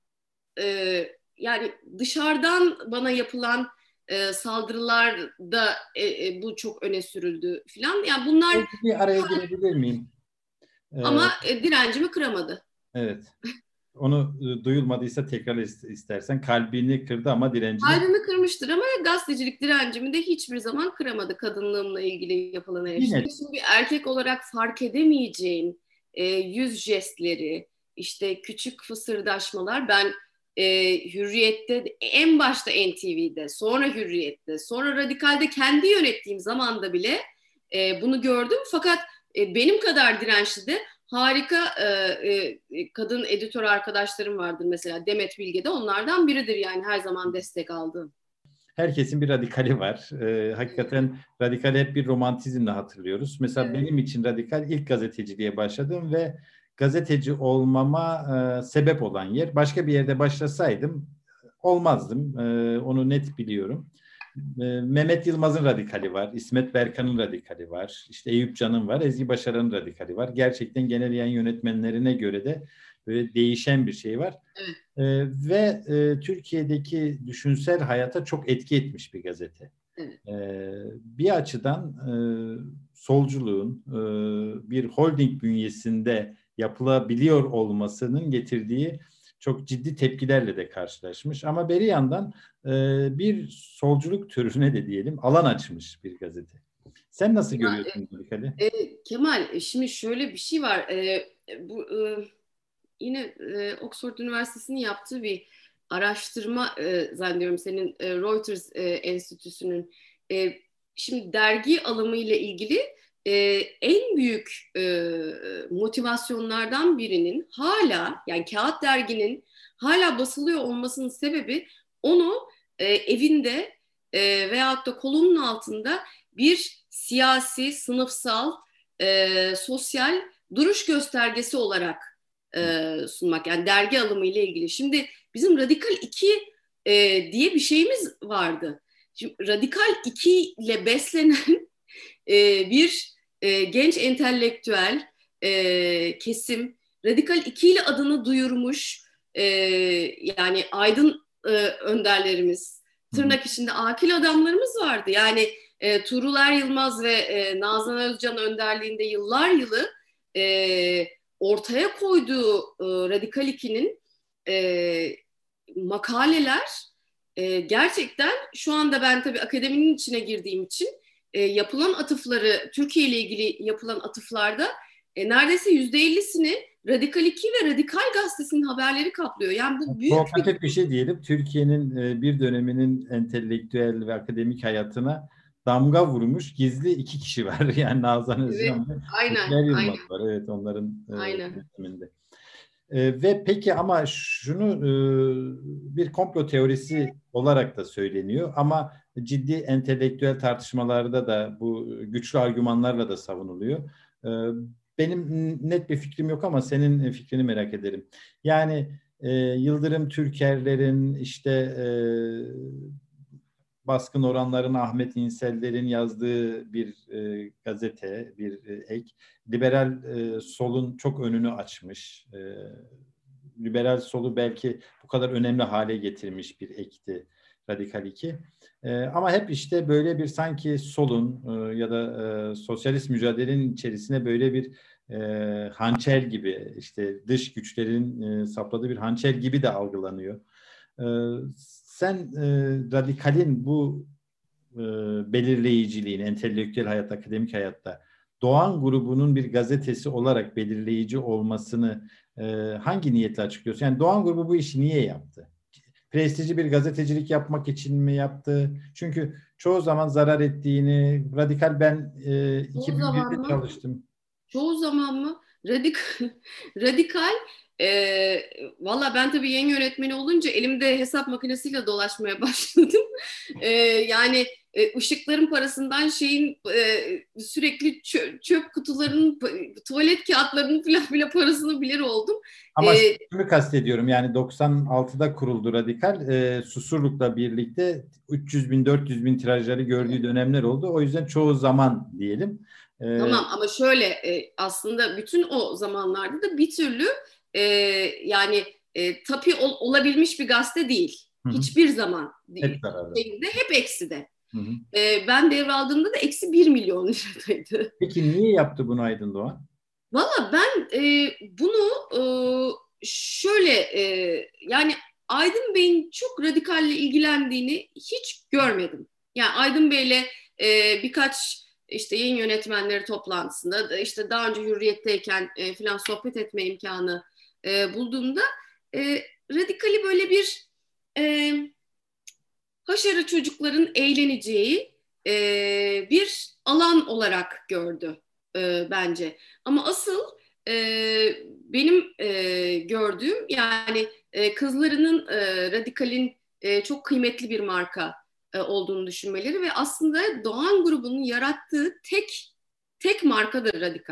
[SPEAKER 1] yani dışarıdan bana yapılan saldırılarda bu çok öne sürüldü filan. Yani bunlar
[SPEAKER 3] bir araya girebilir miyim?
[SPEAKER 1] Ama direncimi kıramadı.
[SPEAKER 3] Evet. Onu duyulmadıysa tekrar istersen. Kalbini kırdı ama direncini...
[SPEAKER 1] Kalbimi kırmıştır ama gazetecilik direncimi de hiçbir zaman kıramadı kadınlığımla ilgili yapılan eleştiri. Şimdi bir erkek olarak fark edemeyeceğim yüz jestleri, işte küçük fısırdaşmalar. Ben Hürriyet'te, en başta NTV'de, sonra Hürriyet'te, sonra Radikal'de kendi yönettiğim zamanda bile bunu gördüm. Fakat benim kadar dirençli de harika kadın editör arkadaşlarım vardır mesela. Demet Bilge de onlardan biridir yani her zaman destek aldığım.
[SPEAKER 3] Herkesin bir radikali var. Hakikaten radikali hep bir romantizmle hatırlıyoruz. Mesela benim için radikal ilk gazeteciliğe başladım ve gazeteci olmama sebep olan yer. Başka bir yerde başlasaydım olmazdım. Onu net biliyorum. Mehmet Yılmaz'ın radikali var, İsmet Berkan'ın radikali var, işte Eyüp Can'ın var, Ezgi Başaran'ın radikali var. Gerçekten genel yayın yönetmenlerine göre de böyle değişen bir şey var.
[SPEAKER 1] Evet.
[SPEAKER 3] Ve Türkiye'deki düşünsel hayata çok etki etmiş bir gazete.
[SPEAKER 1] Evet.
[SPEAKER 3] Bir açıdan solculuğun bir holding bünyesinde yapılabiliyor olmasının getirdiği çok ciddi tepkilerle de karşılaşmış. Ama bir yandan bir solculuk türüne de diyelim alan açmış bir gazete. Sen nasıl görüyorsun radikali?
[SPEAKER 1] Kemal, şimdi şöyle bir şey var. Bu yine Oxford Üniversitesi'nin yaptığı bir araştırma zannediyorum, senin Reuters Enstitüsü'nün. Şimdi dergi alımı ile ilgili en büyük motivasyonlardan birinin hala, yani kağıt derginin hala basılıyor olmasının sebebi onu evinde veyahut da kolunun altında bir siyasi, sınıfsal, sosyal duruş göstergesi olarak sunmak. Yani dergi alımı ile ilgili. Şimdi bizim Radikal 2 diye bir şeyimiz vardı. Şimdi Radikal 2 ile beslenen bir genç entelektüel kesim, Radikal 2 ile adını duyurmuş, yani aydın önderlerimiz, tırnak içinde akil adamlarımız vardı. Yani Tuğrul Er Yılmaz ve Nazan Özcan önderliğinde yıllar yılı ortaya koyduğu Radikal 2'nin makaleler gerçekten şu anda, ben tabii akademinin içine girdiğim için yapılan atıfları, Türkiye ile ilgili yapılan atıflarda neredeyse %50'sini Radikal 2 ve Radikal Gazetesi'nin haberleri kaplıyor. Yani bu büyük
[SPEAKER 3] bir şey diyelim. Türkiye'nin bir döneminin entelektüel ve akademik hayatına damga vurmuş gizli 2 kişi var. Yani Nazan Özcan ve Tuğrul Yılmaz var. Evet, onların yönetiminde. Ve peki ama şunu bir komplo teorisi olarak da söyleniyor ama ciddi entelektüel tartışmalarda da bu güçlü argümanlarla da savunuluyor. Benim net bir fikrim yok ama senin fikrini merak ederim. Yani Yıldırım Türkerlerin, işte Baskın Oranların, Ahmet İnseller'in yazdığı bir gazete, bir ek. Liberal solun çok önünü açmış. Liberal solu belki bu kadar önemli hale getirmiş bir ekti Radikal 2. Ama hep işte böyle bir sanki solun ya da sosyalist mücadelenin içerisine böyle bir hançer gibi, işte dış güçlerin sapladığı bir hançer gibi de algılanıyor. Sen Radikal'in bu belirleyiciliğini, entelektüel hayat, akademik hayatta Doğan grubunun bir gazetesi olarak belirleyici olmasını hangi niyetle açıklıyorsun? Yani Doğan grubu bu işi niye yaptı? Prestijli bir gazetecilik yapmak için mi yaptı? Çünkü çoğu zaman zarar ettiğini, Radikal, ben 2001'de çalıştım.
[SPEAKER 1] Çoğu zaman mı? Radikal valla ben tabii yayın yönetmeni olunca elimde hesap makinesiyle dolaşmaya başladım. Yani ışıkların parasından sürekli çöp kutularının, tuvalet kağıtlarının bile parasını bilir oldum.
[SPEAKER 3] Ama şunu kastediyorum, yani 96'da kuruldu Radikal. Susurluk'la birlikte 300 bin, 400 bin tirajları gördüğü dönemler oldu. O yüzden çoğu zaman diyelim.
[SPEAKER 1] Tamam ama şöyle aslında bütün o zamanlarda da bir türlü yani tapi olabilmiş bir gazete değil. Hı-hı. Hiçbir zaman değil. Hep ekside. Ben devraldığımda da eksi 1 milyon liradaydı.
[SPEAKER 3] Peki niye yaptı bunu Aydın Doğan?
[SPEAKER 1] Valla ben bunu şöyle yani Aydın Bey'in çok radikalle ilgilendiğini hiç görmedim. Yani Aydın Bey'le birkaç işte yayın yönetmenleri toplantısında, işte daha önce Hürriyet'teyken falan sohbet etme imkanı bulduğumda Radikali böyle bir haşarı çocukların eğleneceği bir alan olarak gördü bence. Ama asıl benim gördüğüm, yani kızlarının Radikal'in çok kıymetli bir marka olduğunu düşünmeleri ve aslında Doğan grubunun yarattığı tek markadır Radikal.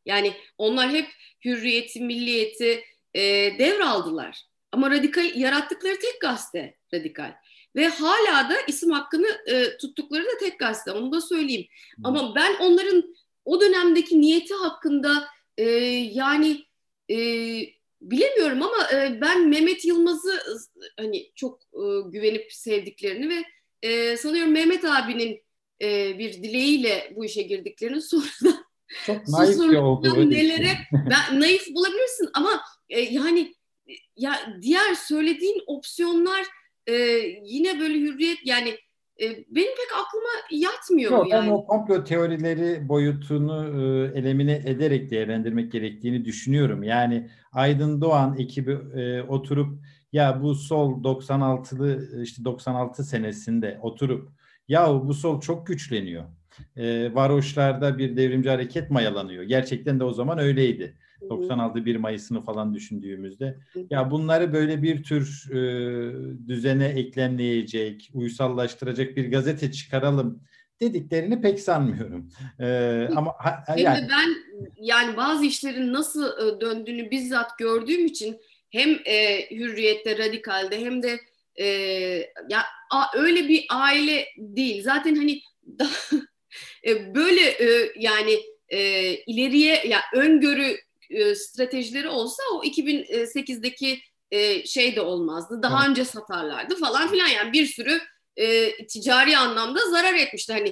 [SPEAKER 1] Yani onlar hep hürriyeti, milliyeti devraldılar. Ama Radikal yarattıkları tek gazete Radikal. Ve hala da isim hakkını tuttukları da tek gazete. Onu da söyleyeyim. Ama ben onların o dönemdeki niyeti hakkında yani bilemiyorum ama ben Mehmet Yılmaz'ı hani çok güvenip sevdiklerini ve sanıyorum Mehmet abinin bir dileğiyle bu işe girdiklerini sonradan
[SPEAKER 3] çok naif bir olduğu
[SPEAKER 1] nelere ben naif bulabilirsin ama yani ya diğer söylediğin opsiyonlar yine böyle hürriyet yani benim pek aklıma yatmıyor
[SPEAKER 3] Yok, ben
[SPEAKER 1] yani.
[SPEAKER 3] o komplo teorileri boyutunu elimine ederek değerlendirmek gerektiğini düşünüyorum. Yani Aydın Doğan ekibi oturup ya bu sol 96'lı işte 96 senesinde oturup ya bu sol çok güçleniyor. Varoşlarda bir devrimci hareket mayalanıyor. Gerçekten de o zaman öyleydi. 96 1 Mayıs'ını falan düşündüğümüzde ya bunları böyle bir tür düzene eklemleyecek, uysallaştıracak bir gazete çıkaralım dediklerini pek sanmıyorum. Ama
[SPEAKER 1] Hem
[SPEAKER 3] yani
[SPEAKER 1] de ben yani bazı işlerin nasıl döndüğünü bizzat gördüğüm için hem Hürriyet'te, Radikal'de hem de ya öyle bir aile değil. Zaten hani daha, böyle yani ileriye ya öngörü stratejileri olsa o 2008'deki şey de olmazdı. Daha
[SPEAKER 3] evet.
[SPEAKER 1] önce satarlardı falan filan yani bir sürü ticari anlamda zarar etmişti. Hani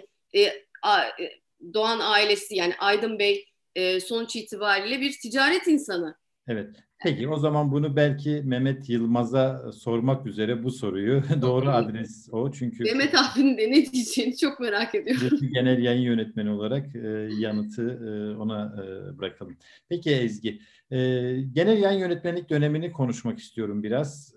[SPEAKER 1] Doğan ailesi yani Aydın Bey sonuç itibariyle bir ticaret insanı.
[SPEAKER 3] Evet. Peki o zaman bunu belki Mehmet Yılmaz'a sormak üzere bu soruyu doğru adres o. Çünkü
[SPEAKER 1] Mehmet abinin de ne diyeceğini çok merak ediyorum.
[SPEAKER 3] genel yayın yönetmeni olarak yanıtı ona bırakalım. Peki Ezgi, genel yayın yönetmenlik dönemini konuşmak istiyorum biraz.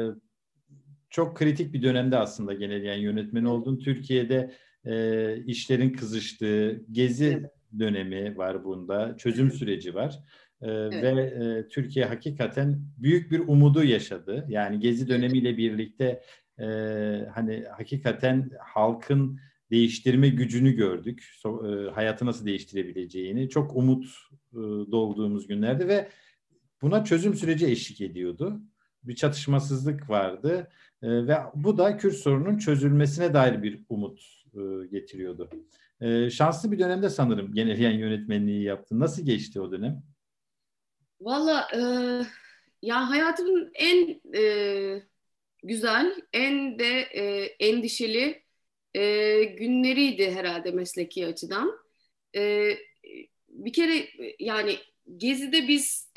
[SPEAKER 3] Çok kritik bir dönemde aslında genel yayın yönetmeni oldun. Türkiye'de işlerin kızıştığı, gezi dönemi var bunda, çözüm süreci var.
[SPEAKER 1] Evet.
[SPEAKER 3] Ve Türkiye hakikaten büyük bir umudu yaşadı. Yani gezi dönemiyle birlikte hani hakikaten halkın değiştirme gücünü gördük. Hayatı nasıl değiştirebileceğini çok umut dolduğumuz günlerdi ve buna çözüm süreci eşlik ediyordu. Bir çatışmasızlık vardı ve bu da Kürt sorunun çözülmesine dair bir umut getiriyordu. Şanslı bir dönemde sanırım genel yayın yönetmenliği yaptın. Nasıl geçti o dönem?
[SPEAKER 1] Valla ya hayatımın en güzel, en de endişeli günleriydi herhalde mesleki açıdan. E, Bir kere yani Gezi'de biz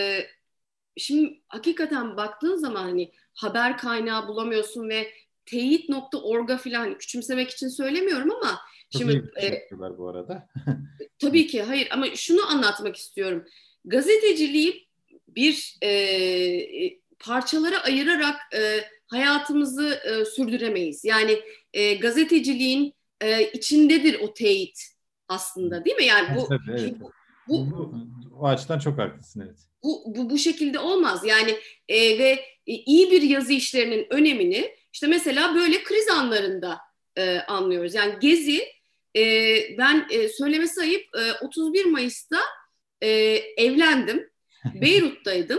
[SPEAKER 1] şimdi hakikaten baktığın zaman hani haber kaynağı bulamıyorsun ve teyit.org'a falan hani küçümsemek için söylemiyorum ama
[SPEAKER 3] Çok iyi
[SPEAKER 1] şimdi
[SPEAKER 3] bir şey yapıyorlar bu arada.
[SPEAKER 1] tabii ki hayır ama şunu anlatmak istiyorum. Gazeteciliği bir parçalara ayırarak hayatımızı sürdüremeyiz. Yani gazeteciliğin içindedir o teyit aslında değil mi? Yani bu
[SPEAKER 3] Tabii, evet.
[SPEAKER 1] bu
[SPEAKER 3] O açıdan çok haklısın, evet.
[SPEAKER 1] bu şekilde olmaz. Yani ve iyi bir yazı işlerinin önemini işte mesela böyle kriz anlarında anlıyoruz. Yani Gezi ben söylemesi ayıp 31 Mayıs'ta e, evlendim. Beyrut'taydım.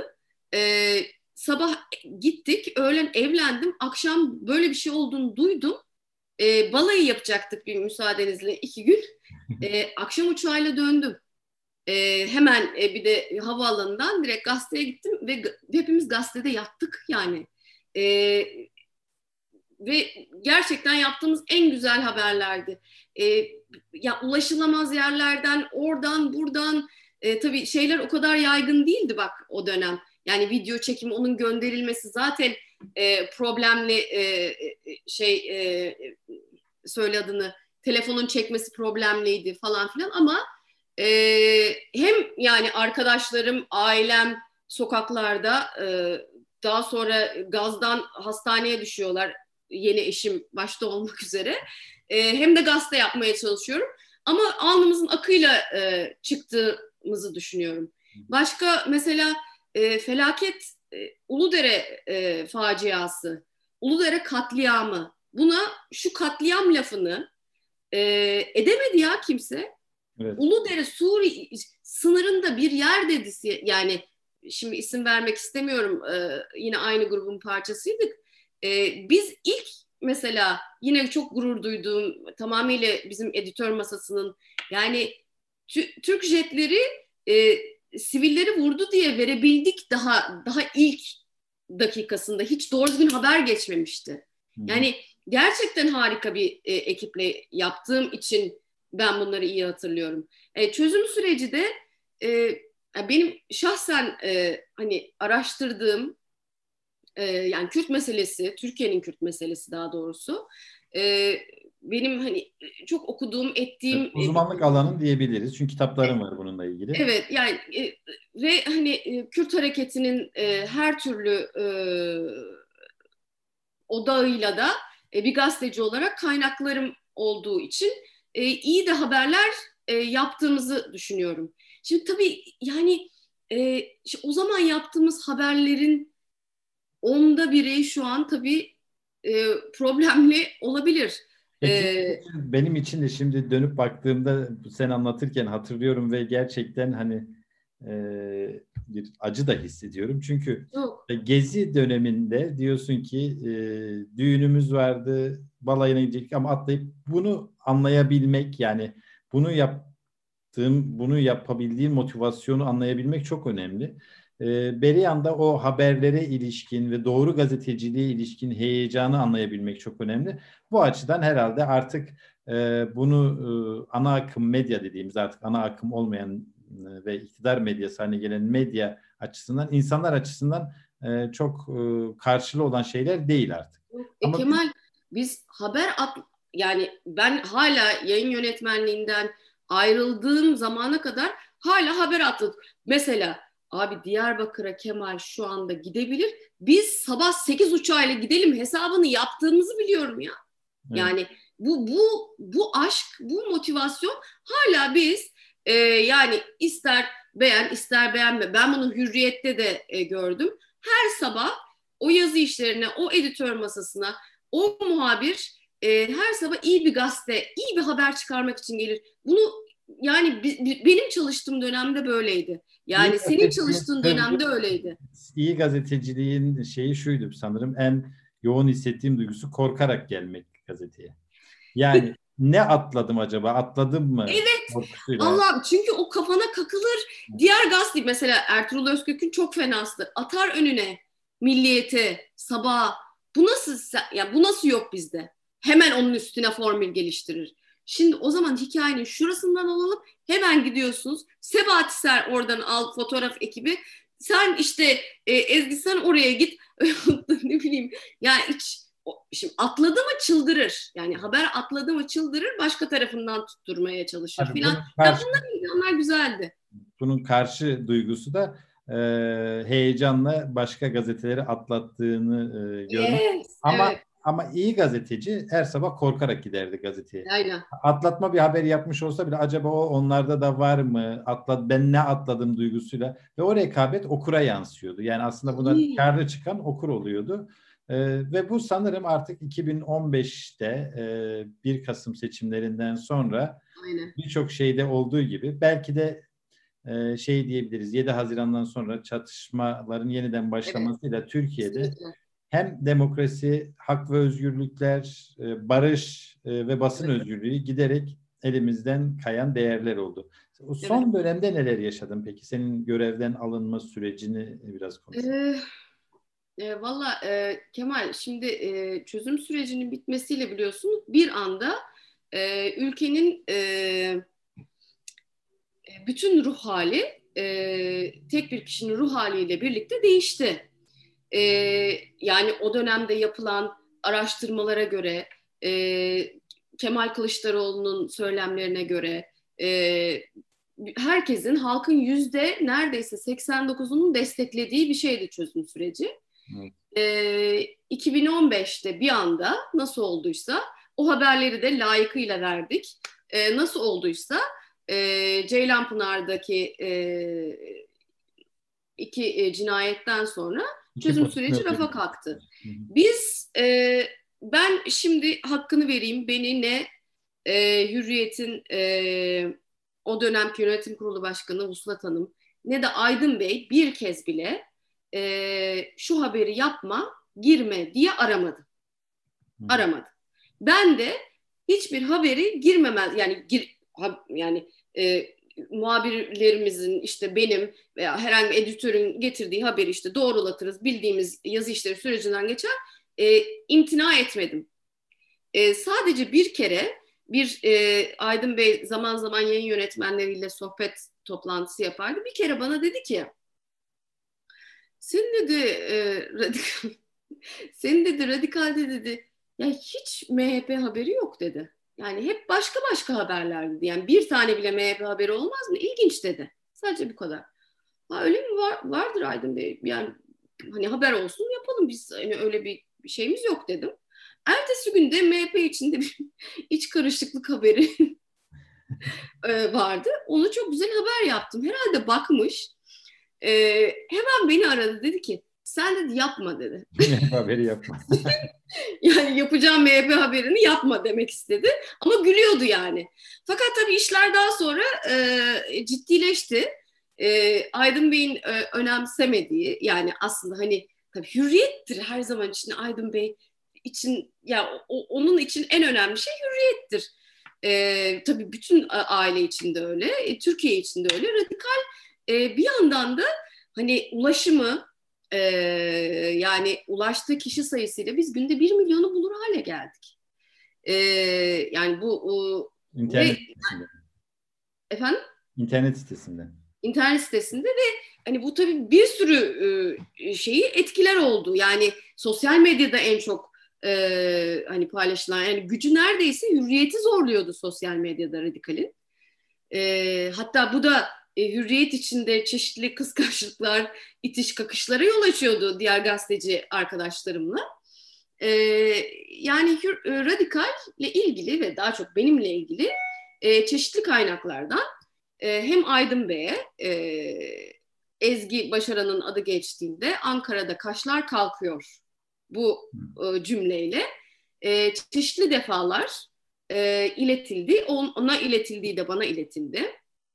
[SPEAKER 1] Sabah gittik, öğlen evlendim. Akşam böyle bir şey olduğunu duydum. Balayı yapacaktık bir müsaadenizle 2 gün. Akşam uçağıyla döndüm. Hemen bir de havaalanından direkt gazeteye gittim ve hepimiz gazetede yattık yani. E, Ve gerçekten yaptığımız en güzel haberlerdi. Ya ulaşılamaz yerlerden, oradan, buradan tabii şeyler o kadar yaygın değildi bak o dönem. Yani video çekimi, onun gönderilmesi zaten problemli şey söyle adını telefonun çekmesi problemliydi falan filan ama hem yani arkadaşlarım, ailem sokaklarda daha sonra gazdan hastaneye düşüyorlar yeni eşim başta olmak üzere. Hem de gazete yapmaya çalışıyorum. Ama alnımızın akıyla çıktığımızı düşünüyorum. Başka mesela felaket Uludere faciası, Uludere katliamı. Buna şu katliam lafını edemedi ya kimse.
[SPEAKER 3] Evet.
[SPEAKER 1] Uludere Suriye sınırında bir yer dedi. Yani şimdi isim vermek istemiyorum. Yine aynı grubun parçasıydık. Biz ilk mesela yine çok gurur duyduğum tamamıyla bizim editör masasının yani Türk jetleri sivilleri vurdu diye verebildik daha ilk dakikasında. Hiç doğru düzgün haber geçmemişti. Yani gerçekten harika bir ekiple yaptığım için ben bunları iyi hatırlıyorum. Çözüm süreci de benim şahsen hani araştırdığım yani Kürt meselesi, Türkiye'nin Kürt meselesi daha doğrusu benim hani çok okuduğum, ettiğim
[SPEAKER 3] uzmanlık alanın diyebiliriz. Çünkü kitaplarım var bununla ilgili.
[SPEAKER 1] Evet yani ve hani Kürt hareketinin her türlü odağıyla da bir gazeteci olarak kaynaklarım olduğu için iyi de haberler yaptığımızı düşünüyorum. Şimdi tabii yani o zaman yaptığımız haberlerin 1/10 şu an tabii problemli olabilir.
[SPEAKER 3] Peki benim için de şimdi dönüp baktığımda sen anlatırken hatırlıyorum ve gerçekten hani bir acı da hissediyorum. Çünkü Gezi döneminde diyorsun ki düğünümüz vardı, balayına gidecektik ama atlayıp bunu anlayabilmek yani bunu yapabildiğin motivasyonu anlayabilmek çok önemli. Beriyan'da o haberlere ilişkin ve doğru gazeteciliğe ilişkin heyecanı anlayabilmek çok önemli. Bu açıdan herhalde artık bunu ana akım medya dediğimiz artık ana akım olmayan ve iktidar medyası haline gelen medya açısından, insanlar açısından çok karşılığı olan şeyler değil artık.
[SPEAKER 1] Ama Kemal biz yani ben hala yayın yönetmenliğinden ayrıldığım zamana kadar hala haber atladık. Mesela abi Diyarbakır'a Kemal şu anda gidebilir. Biz sabah 8 uçağıyla gidelim hesabını yaptığımızı biliyorum ya. Evet. Yani bu aşk, bu motivasyon hala biz yani ister beğen ister beğenme. Ben bunu Hürriyet'te de gördüm. Her sabah o yazı işlerine, o editör masasına, o muhabir her sabah iyi bir gazete, iyi bir haber çıkarmak için gelir. Bunu yani benim çalıştığım dönemde böyleydi. Yani senin çalıştığın dönemde öyleydi.
[SPEAKER 3] İyi gazeteciliğin şeyi şuydu sanırım en yoğun hissettiğim duygusu korkarak gelmek gazeteye. Yani ne atladım acaba? Atladım mı?
[SPEAKER 1] Evet. Allah'ım çünkü o kafana kakılır. Diğer gazete mesela Ertuğrul Özkök'ün çok fenasıdır. Atar önüne Milliyet'e, Sabah'a. Bu nasıl yok bizde? Hemen onun üstüne formül geliştirir. Şimdi o zaman hikayenin şurasından alalım. Hemen gidiyorsunuz. Sebahat'i Ser oradan al fotoğraf ekibi. Sen işte Ezgi sen oraya git. Ne bileyim. Yani şimdi atladı mı çıldırır. Yani haber atladı mı çıldırır. Başka tarafından tutturmaya çalışır filan. Ya bunlar güzeldi.
[SPEAKER 3] Bunun karşı duygusu da heyecanla başka gazeteleri atlattığını görmek.
[SPEAKER 1] Yes,
[SPEAKER 3] Ama iyi gazeteci her sabah korkarak giderdi gazeteye.
[SPEAKER 1] Aynen.
[SPEAKER 3] Atlatma bir haber yapmış olsa bile acaba o onlarda da var mı? Ben ne atladım duygusuyla ve o rekabet okura yansıyordu. Yani aslında buna kârlı çıkan okur oluyordu. Ve bu sanırım artık 2015'te 1 Kasım seçimlerinden sonra birçok şeyde olduğu gibi belki de şey diyebiliriz 7 Haziran'dan sonra çatışmaların yeniden başlamasıyla Türkiye'de kesinlikle. Hem demokrasi, hak ve özgürlükler, barış ve basın özgürlüğü giderek elimizden kayan değerler oldu. Son dönemde neler yaşadın peki? Senin görevden alınma sürecini biraz konuşalım.
[SPEAKER 1] Valla Kemal şimdi çözüm sürecinin bitmesiyle biliyorsun bir anda ülkenin bütün ruh hali tek bir kişinin ruh haliyle birlikte değişti. Yani o dönemde yapılan araştırmalara göre Kemal Kılıçdaroğlu'nun söylemlerine göre herkesin halkın neredeyse 89'unun desteklediği bir şeydi çözüm süreci. 2015'te bir anda nasıl olduysa o haberleri de layıkıyla verdik. Nasıl olduysa Ceylanpınar'daki 2 cinayetten sonra çözüm süreci rafa kalktı. Ben şimdi hakkını vereyim. Beni ne Hürriyet'in o dönemki yönetim kurulu başkanı Vuslat Hanım ne de Aydın Bey bir kez bile şu haberi yapma, girme diye aramadı. Aramadı. Ben de hiçbir haberi girmemez yani muhabirlerimizin işte benim veya herhangi bir editörün getirdiği haberi işte doğrulatırız, bildiğimiz yazı işleri sürecinden geçer, imtina etmedim. Sadece bir kere Aydın Bey zaman zaman yayın yönetmenleriyle sohbet toplantısı yapardı. Bir kere bana dedi ki senin dedi radikalde dedi ya hiç MHP haberi yok dedi. Yani hep başka başka haberler dedi. Yani bir tane bile MHP haberi olmaz mı? İlginç dedi. Sadece bu kadar. Ha öyle mi vardır Aydın Bey? Yani hani haber olsun yapalım biz. Hani öyle bir şeyimiz yok dedim. Ertesi günde MHP içinde bir iç karışıklık haberi vardı. Onu çok güzel haber yaptım. Herhalde bakmış. Hemen beni aradı. Dedi ki sen dedi yapma dedi.
[SPEAKER 3] MHP haberi yapma.
[SPEAKER 1] Yani yapacağım MHP haberini yapma demek istedi. Ama gülüyordu yani. Fakat tabii işler daha sonra ciddileşti. Aydın Bey'in önemsemediği yani aslında hani tabii hürriyettir her zaman için Aydın Bey için ya onun için en önemli şey hürriyettir. Tabii bütün aile için de öyle, Türkiye için de öyle. Radikal bir yandan da hani ulaşımı yani ulaştığı kişi sayısıyla biz günde 1 milyonu bulur hale geldik. Yani bu
[SPEAKER 3] İnternet sitesinde.
[SPEAKER 1] Efendim?
[SPEAKER 3] İnternet sitesinde.
[SPEAKER 1] İnternet sitesinde ve hani bu tabii bir sürü şeyi etkiler oldu. Yani sosyal medyada en çok hani paylaşılan yani gücü neredeyse hürriyeti zorluyordu sosyal medyada Radikal'in. Hatta bu da hürriyet içinde çeşitli kıskançlıklar, itiş kakışlara yol açıyordu diğer gazeteci arkadaşlarımla. Yani Radikal'le ilgili ve daha çok benimle ilgili çeşitli kaynaklardan hem Aydın Bey'e Ezgi Başaran'ın adı geçtiğinde Ankara'da kaşlar kalkıyor bu cümleyle çeşitli defalar iletildi. Ona iletildiği de bana iletildi.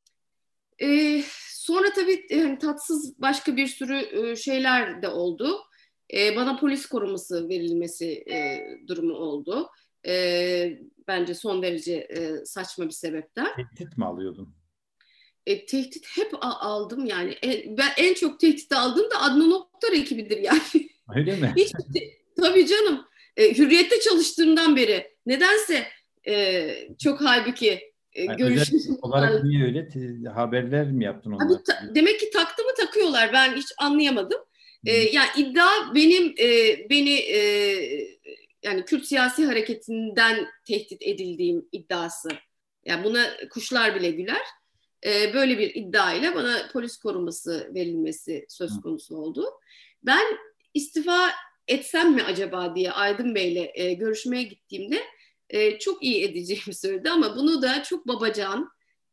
[SPEAKER 1] Sonra tabii yani tatsız başka bir sürü şeyler de oldu. Bana polis koruması verilmesi durumu oldu. Bence son derece saçma bir sebepten.
[SPEAKER 3] Tehdit mi alıyordun?
[SPEAKER 1] Tehdit hep aldım yani. Ben en çok tehdit aldığım da Adnan Oktar ekibidir yani.
[SPEAKER 3] Öyle mi?
[SPEAKER 1] Tabii canım. Hürriyet'te çalıştığımdan beri. Nedense çok halbuki görüşüm
[SPEAKER 3] olarak niye öyle? Haberler mi yaptın onlar?
[SPEAKER 1] Demek ki taktı mı takıyorlar. Ben hiç anlayamadım. Yani iddia beni yani Kürt siyasi hareketinden tehdit edildiğim iddiası. Yani buna kuşlar bile güler. Böyle bir iddia ile bana polis koruması verilmesi söz konusu oldu. Ben istifa etsem mi acaba diye Aydın Bey'le görüşmeye gittiğimde çok iyi edeceğimi söyledi ama bunu da çok babacan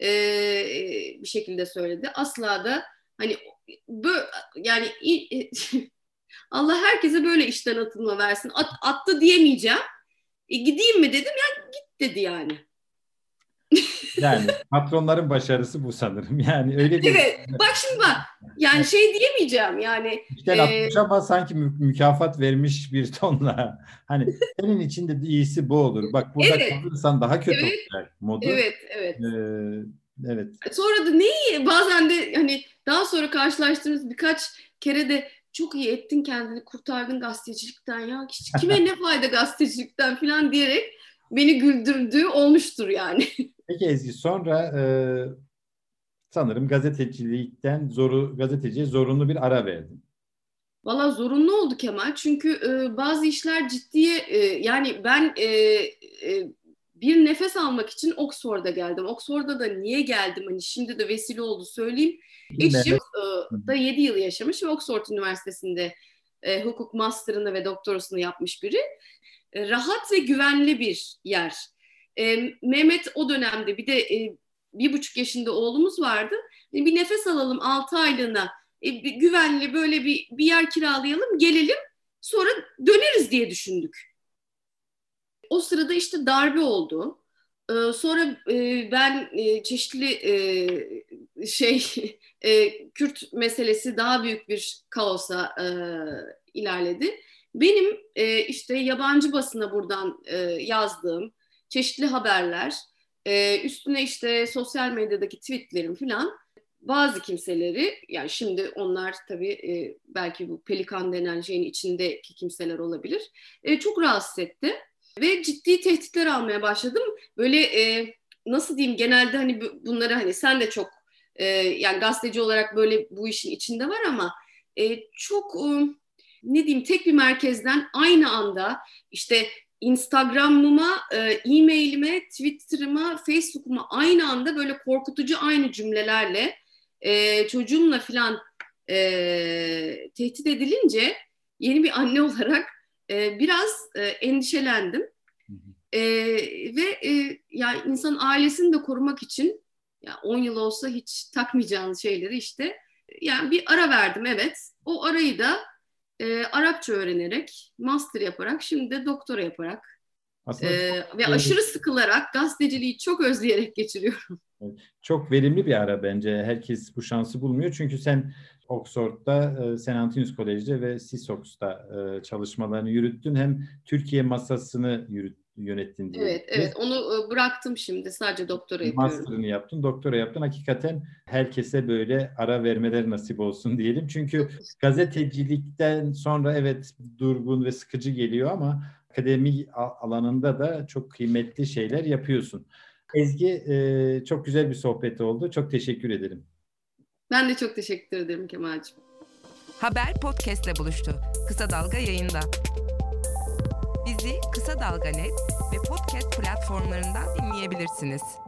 [SPEAKER 1] bir şekilde söyledi. Asla da hani yani Allah herkese böyle işten atılma versin. Attı diyemeyeceğim. Gideyim mi dedim ya git dedi yani.
[SPEAKER 3] Yani patronların başarısı bu sanırım. Yani öyle bir...
[SPEAKER 1] Evet. Bak şimdi bak. Yani şey diyemeyeceğim yani.
[SPEAKER 3] İşte atmış ama sanki mükafat vermiş bir tonla. Hani senin için de iyisi bu olur. Bak burada kalırsan daha kötü olacak modu.
[SPEAKER 1] Evet.
[SPEAKER 3] Evet.
[SPEAKER 1] Sonra da neyi bazen de hani daha sonra karşılaştığımız birkaç kere de çok iyi ettin kendini kurtardın gazetecilikten ya. Kime ne fayda gazetecilikten falan diyerek beni güldürdüğü olmuştur yani.
[SPEAKER 3] Peki Ezgi sonra sanırım gazeteciye zorunlu bir ara verdin.
[SPEAKER 1] Valla zorunlu oldu Kemal. Çünkü bazı işler ciddiye yani ben bir nefes almak için Oxford'a geldim. Oxford'a da niye geldim? Hani şimdi de vesile oldu söyleyeyim. Eşim da 7 yıl yaşamış ve Oxford Üniversitesi'nde hukuk master'ını ve doktorasını yapmış biri. Rahat ve güvenli bir yer. Mehmet o dönemde bir de 1,5 yaşında oğlumuz vardı. Bir nefes alalım 6 aylığına güvenli böyle bir yer kiralayalım gelelim sonra döneriz diye düşündük. O sırada işte darbe oldu. Sonra ben çeşitli Kürt meselesi daha büyük bir kaosa ilerledi. Benim işte yabancı basına buradan yazdığım çeşitli haberler, üstüne işte sosyal medyadaki tweetlerim falan bazı kimseleri, yani şimdi onlar tabii belki bu Pelikan denen şeyin içindeki kimseler olabilir, çok rahatsız etti. Ve ciddi tehditler almaya başladım. Böyle nasıl diyeyim, genelde hani bunları hani sen de çok yani gazeteci olarak böyle bu işin içinde var ama çok ne diyeyim, tek bir merkezden aynı anda işte Instagram'ıma, e-mailime, Twitter'ıma, Facebook'uma aynı anda böyle korkutucu aynı cümlelerle çocuğumla falan tehdit edilince yeni bir anne olarak biraz endişelendim. Yani insan ailesini de korumak için, ya 10 yıl olsa hiç takmayacağınız şeyleri işte, yani bir ara verdim, evet. O arayı da Arapça öğrenerek, master yaparak, şimdi de doktora yaparak ve aşırı sıkılarak, gazeteciliği çok özleyerek geçiriyorum.
[SPEAKER 3] Çok verimli bir ara bence. Herkes bu şansı bulmuyor. Çünkü sen Oxford'da, St. Antonius College'de ve Sissox'ta çalışmalarını yürüttün. Hem Türkiye masasını yönettin diye.
[SPEAKER 1] Evet. Onu bıraktım şimdi. Sadece doktora yapıyorum.
[SPEAKER 3] Master'ını yaptın, doktora yaptın. Hakikaten herkese böyle ara vermeler nasip olsun diyelim. Çünkü gazetecilikten sonra evet durgun ve sıkıcı geliyor ama akademi alanında da çok kıymetli şeyler yapıyorsun. Ezgi, çok güzel bir sohbet oldu. Çok teşekkür ederim.
[SPEAKER 1] Ben de çok teşekkür ederim Kemal'cığım.
[SPEAKER 2] Haber podcast'le buluştu. Kısa Dalga yayında. Bizi Kısa Dalga.net ve podcast platformlarından dinleyebilirsiniz.